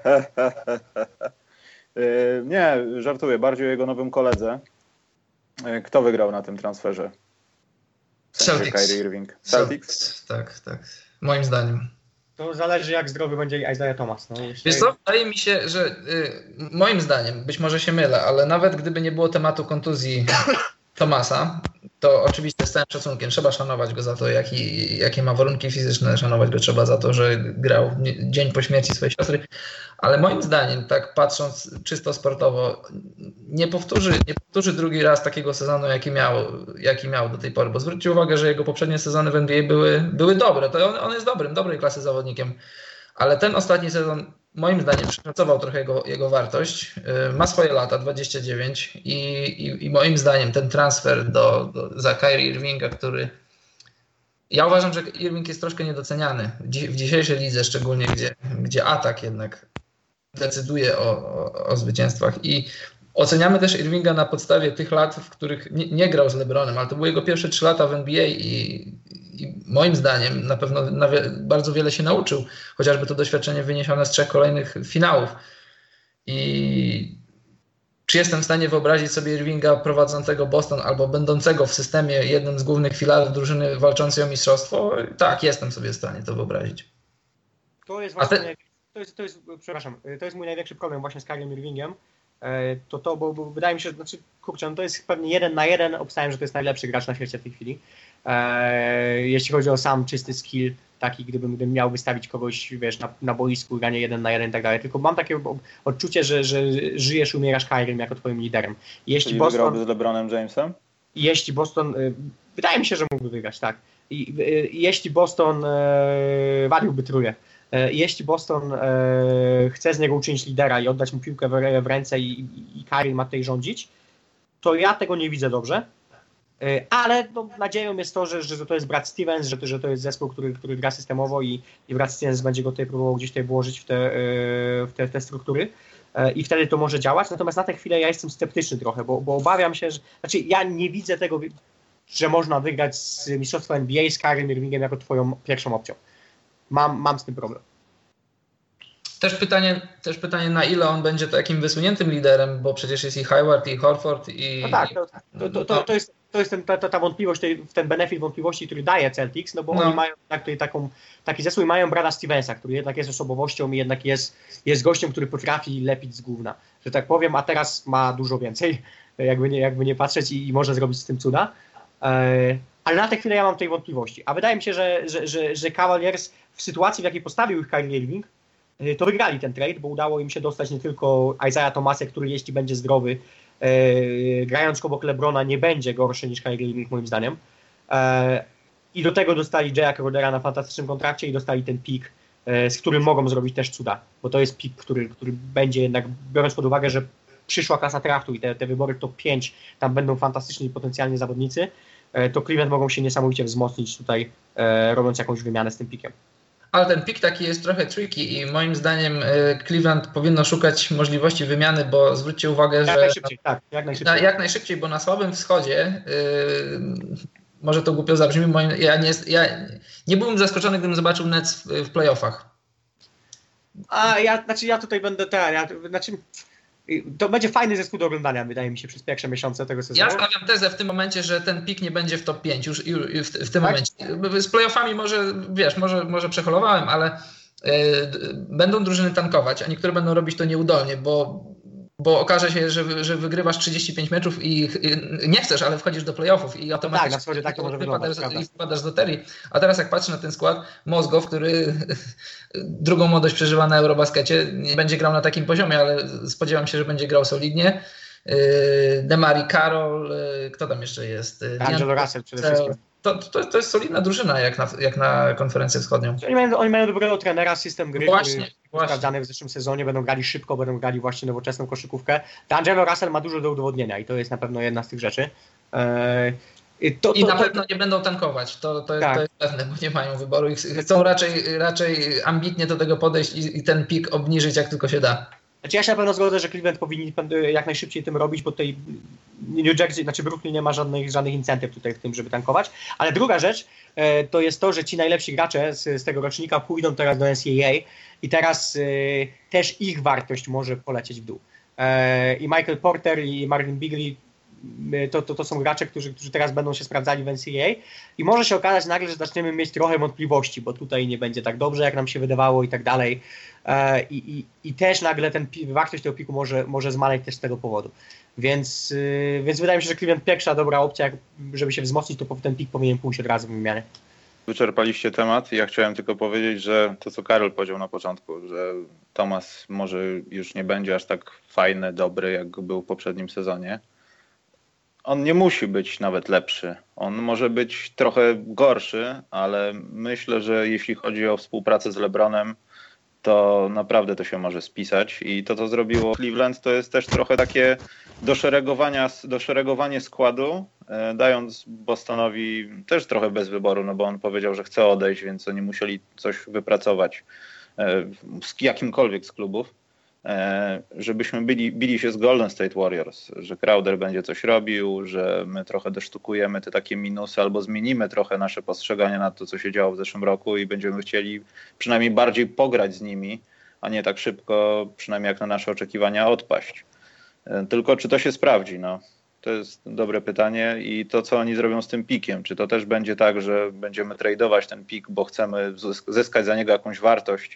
Nie, żartuję, bardziej o jego nowym koledze. Kto wygrał na tym transferze? Celtics. Kyrie Irving. Celtics? Tak, tak. Moim zdaniem. To zależy, jak zdrowy będzie Isaiah Thomas. No, Wiesz co, wydaje mi się, że y, moim zdaniem, być może się mylę, ale nawet gdyby nie było tematu kontuzji Thomasa, to oczywiście z całym szacunkiem trzeba szanować go za to, jaki, jakie ma warunki fizyczne, szanować go trzeba za to, że grał dzień po śmierci swojej siostry, ale moim zdaniem, tak patrząc czysto sportowo, nie powtórzy, nie powtórzy drugi raz takiego sezonu, jaki miał, jaki miał do tej pory, bo zwróćcie uwagę, że jego poprzednie sezony w N B A były, były dobre, to on, on jest dobrym, dobrej klasy zawodnikiem, ale ten ostatni sezon moim zdaniem przeszacował trochę jego, jego wartość. Ma swoje lata, dwadzieścia dziewięć i, i, i moim zdaniem ten transfer do, do, za Kyrie Irvinga, który... Ja uważam, że Irving jest troszkę niedoceniany w dzisiejszej lidze, szczególnie gdzie, gdzie atak jednak decyduje o, o, o zwycięstwach i oceniamy też Irvinga na podstawie tych lat, w których nie, nie grał z LeBronem, ale to były jego pierwsze trzy lata w N B A i, i moim zdaniem na pewno na wie, bardzo wiele się nauczył, chociażby to doświadczenie wyniesione z trzech kolejnych finałów. I czy jestem w stanie wyobrazić sobie Irvinga prowadzącego Boston albo będącego w systemie jednym z głównych filarów drużyny walczącej o mistrzostwo? Tak, jestem sobie w stanie to wyobrazić. To jest właśnie, te... to jest, to jest, przepraszam, to jest mój największy problem właśnie z Kyriem Irvingiem. To to, bo, bo wydaje mi się, że znaczy, kurczę, no to jest pewnie jeden na jeden, obstałem, że to jest najlepszy gracz na świecie w tej chwili. E, jeśli chodzi o sam czysty skill, taki gdybym, gdybym miał wystawić kogoś, wiesz, na, na boisku, granie jeden na jeden i tak dalej, tylko mam takie odczucie, że, że żyjesz i umierasz Kyriem jako twoim liderem. Jeśli Czyli Boston, wygrałby z LeBronem Jamesem? Jeśli Boston, y, wydaje mi się, że mógłby wygrać, tak. I, y, jeśli Boston y, waliłby trójkę, jeśli Boston e, chce z niego uczynić lidera i oddać mu piłkę w, w ręce i, i, i Kyrie ma tutaj rządzić, to ja tego nie widzę dobrze, e, ale no, nadzieją jest to, że, że to jest brat Stevens, że to, że to jest zespół, który, który gra systemowo i, i brat Stevens będzie go tutaj próbował gdzieś tutaj włożyć w te, e, w te, w te struktury e, i wtedy to może działać, natomiast na tę chwilę ja jestem sceptyczny trochę, bo, bo obawiam się, że, znaczy ja nie widzę tego, że można wygrać z mistrzostwa N B A z Kyriem Irvingiem jako twoją pierwszą opcją. Mam, mam z tym problem. Też pytanie, też pytanie, na ile on będzie takim wysuniętym liderem, bo przecież jest i Hayward, i Horford, i... No tak, to, to, to, to, to jest, to jest ten, ta, ta wątpliwość, ten benefit wątpliwości, który daje Celtics, no bo no. oni mają tak, tutaj taką, taki zespół i mają Brada Stevensa, który jednak jest osobowością i jednak jest, jest gościem, który potrafi lepić z gówna, że tak powiem, a teraz ma dużo więcej, jakby nie, jakby nie patrzeć i, i może zrobić z tym cuda. E, ale na tę chwilę ja mam tej wątpliwości. A wydaje mi się, że, że, że, że Cavaliers w sytuacji, w jakiej postawił ich Kyrie Irving, to wygrali ten trade, bo udało im się dostać nie tylko Isaiah Thomasa, który jeśli będzie zdrowy, e, grając obok LeBrona nie będzie gorszy niż Kyrie Irving moim zdaniem. E, I do tego dostali Jaya Crowdera na fantastycznym kontrakcie i dostali ten pik, e, z którym mogą zrobić też cuda, bo to jest pik, który, który będzie jednak, biorąc pod uwagę, że przyszła klasa draftu i te, te wybory top pięć, tam będą fantastyczni i potencjalni zawodnicy, e, to Cleveland mogą się niesamowicie wzmocnić tutaj, e, robiąc jakąś wymianę z tym pikiem. Ale ten pik taki jest trochę tricky i moim zdaniem Cleveland powinno szukać możliwości wymiany, bo zwróćcie uwagę, jak że... Najszybciej, tak, jak najszybciej. Na, jak najszybciej, bo na słabym wschodzie, yy, może to głupio zabrzmi, moim, ja, nie, ja nie byłbym zaskoczony, gdybym zobaczył Nets w, w playoffach. A ja, znaczy ja tutaj będę ten, ja, znaczy... To będzie fajny zespół do oglądania, wydaje mi się, przez pierwsze miesiące tego sezonu. Ja stawiam tezę w tym momencie, że ten pik nie będzie w top pięć już, już w, w tym tak? momencie. Z playoffami może, wiesz, może, może przeholowałem, ale yy, będą drużyny tankować, a niektóre będą robić to nieudolnie, bo, bo okaże się, że, że wygrywasz trzydzieści pięć meczów i, i nie chcesz, ale wchodzisz do playoffów i automatycznie tak, na wschodzie tak to może wypadasz, wyglądać, i wpadasz z loterii. A teraz jak patrzę na ten skład, Mozgov, który drugą młodość przeżywa na Eurobaskecie, nie będzie grał na takim poziomie, ale spodziewam się, że będzie grał solidnie. DeMarre Carroll, kto tam jeszcze jest? Angelo Russell przede wszystkim. To, to, to jest solidna drużyna jak na, jak na konferencję wschodnią. Oni mają, oni mają dobrego trenera, system gry, właśnie, który właśnie. sprawdzany w zeszłym sezonie, będą grali szybko, będą grali właśnie nowoczesną koszykówkę. D'Angelo Russell ma dużo do udowodnienia i to jest na pewno jedna z tych rzeczy. Eee, to, I to, na to, pewno nie będą tankować, to, to, jest, tak. to jest pewne, bo nie mają wyboru i chcą raczej, raczej ambitnie do tego podejść i, i ten pik obniżyć jak tylko się da. Znaczy ja się na pewno zgodzę, że Cleveland powinni jak najszybciej tym robić, bo tutaj New Jersey, znaczy Brooklyn nie ma żadnych, żadnych incentyw tutaj w tym, żeby tankować. Ale druga rzecz e, to jest to, że ci najlepsi gracze z, z tego rocznika pójdą teraz do N C A A i teraz e, też ich wartość może polecieć w dół. E, I Michael Porter i Marvin Bagley to, to, to są gracze, którzy, którzy teraz będą się sprawdzali w N C A A i może się okazać nagle, że zaczniemy mieć trochę wątpliwości, bo tutaj nie będzie tak dobrze, jak nam się wydawało i tak dalej. I, i, i też nagle ten wartość tego piku może, może zmaleć też z tego powodu. Więc, yy, więc wydaje mi się, że Cleveland pierwsza dobra opcja, jak, żeby się wzmocnić, to ten pik powinien pójść od razu w wymianie. Wyczerpaliście temat i ja chciałem tylko powiedzieć, że to co Karol powiedział na początku, że Thomas może już nie będzie aż tak fajny, dobry, jak był w poprzednim sezonie. On nie musi być nawet lepszy. On może być trochę gorszy, ale myślę, że jeśli chodzi o współpracę z LeBronem, to naprawdę to się może spisać. I to, co zrobiło Cleveland, to jest też trochę takie doszeregowania, doszeregowanie składu, e, dając Bostonowi też trochę bez wyboru, no bo on powiedział, że chce odejść, więc oni musieli coś wypracować e, z jakimkolwiek z klubów. Żebyśmy byli, bili się z Golden State Warriors, że Crowder będzie coś robił, że my trochę dosztukujemy te takie minusy albo zmienimy trochę nasze postrzeganie na to, co się działo w zeszłym roku i będziemy chcieli przynajmniej bardziej pograć z nimi, a nie tak szybko, przynajmniej jak na nasze oczekiwania, odpaść. Tylko czy to się sprawdzi? No, to jest dobre pytanie i to, co oni zrobią z tym pikiem, czy to też będzie tak, że będziemy tradeować ten pik, bo chcemy zyskać za niego jakąś wartość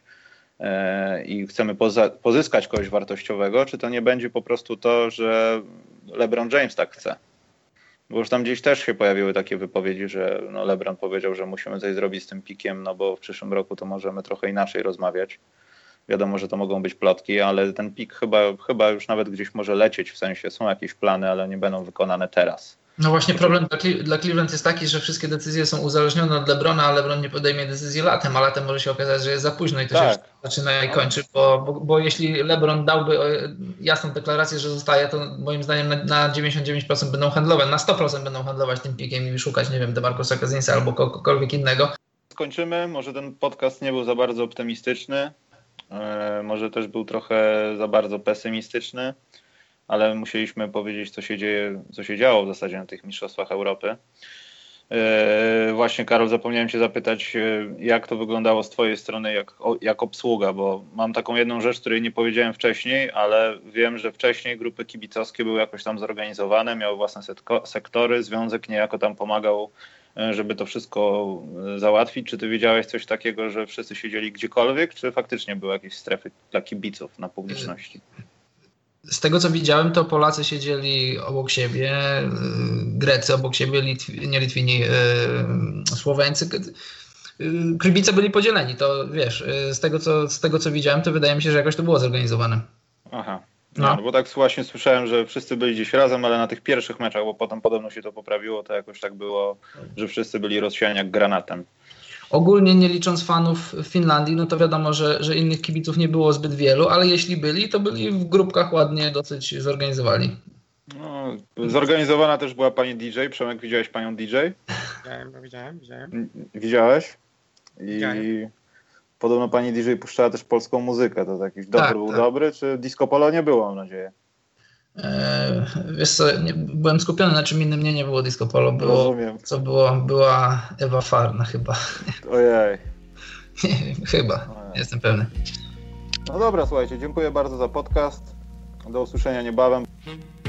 i chcemy poza- pozyskać kogoś wartościowego, czy to nie będzie po prostu to, że LeBron James tak chce. Bo już tam gdzieś też się pojawiły takie wypowiedzi, że no LeBron powiedział, że musimy coś zrobić z tym pikiem, no bo w przyszłym roku to możemy trochę inaczej rozmawiać. Wiadomo, że to mogą być plotki, ale ten pik chyba, chyba już nawet gdzieś może lecieć, w sensie są jakieś plany, ale nie będą wykonane teraz. No właśnie problem dla, Cle- dla Cleveland jest taki, że wszystkie decyzje są uzależnione od LeBrona, a LeBron nie podejmie decyzji latem, a latem może się okazać, że jest za późno i to tak się zaczyna i kończy, bo, bo, bo jeśli LeBron dałby jasną deklarację, że zostaje, to moim zdaniem na, na dziewięćdziesiąt dziewięć procent będą handlować, na sto procent będą handlować tym pikiem i szukać, nie wiem, DeMarcusa Cousinsa albo kogokolwiek innego. Skończymy, może ten podcast nie był za bardzo optymistyczny, e, może też był trochę za bardzo pesymistyczny, ale musieliśmy powiedzieć, co się dzieje, co się działo w zasadzie na tych Mistrzostwach Europy. Yy, właśnie, Karol, zapomniałem Cię zapytać, jak to wyglądało z Twojej strony, jak, jak obsługa, bo mam taką jedną rzecz, której nie powiedziałem wcześniej, ale wiem, że wcześniej grupy kibicowskie były jakoś tam zorganizowane, miały własne setko, sektory, związek niejako tam pomagał, żeby to wszystko załatwić. Czy Ty wiedziałeś coś takiego, że wszyscy siedzieli gdziekolwiek, czy faktycznie były jakieś strefy dla kibiców na publiczności? Z tego, co widziałem, to Polacy siedzieli obok siebie, Grecy obok siebie, Litwi, nie Litwini, yy, Słoweńcy. Yy, kibice byli podzieleni, to wiesz, yy, z tego, co, z tego, co widziałem, to wydaje mi się, że jakoś to było zorganizowane. Aha, no, no. no bo tak właśnie słyszałem, że wszyscy byli gdzieś razem, ale na tych pierwszych meczach, bo potem podobno się to poprawiło, to jakoś tak było, że wszyscy byli rozsiani jak granatem. Ogólnie nie licząc fanów w Finlandii, no to wiadomo, że, że innych kibiców nie było zbyt wielu, ale jeśli byli, to byli w grupkach ładnie dosyć zorganizowani. No, zorganizowana też była pani D J. Przemek, widziałeś panią D J? Widziałem, no widziałem, widziałem. Widziałeś? I widziałem. Podobno pani D J puszczała też polską muzykę. To jakiś dobry tak, był tak. dobry, czy disco polo nie było, mam nadzieję? Eee, wiesz co, nie, byłem skupiony na czym innym, nie, nie było disco polo, było, Rozumiem. co było, była Ewa Farna chyba. Ojej. Nie wiem, chyba, Ojej. nie jestem pewny. No dobra, słuchajcie, dziękuję bardzo za podcast. Do usłyszenia niebawem.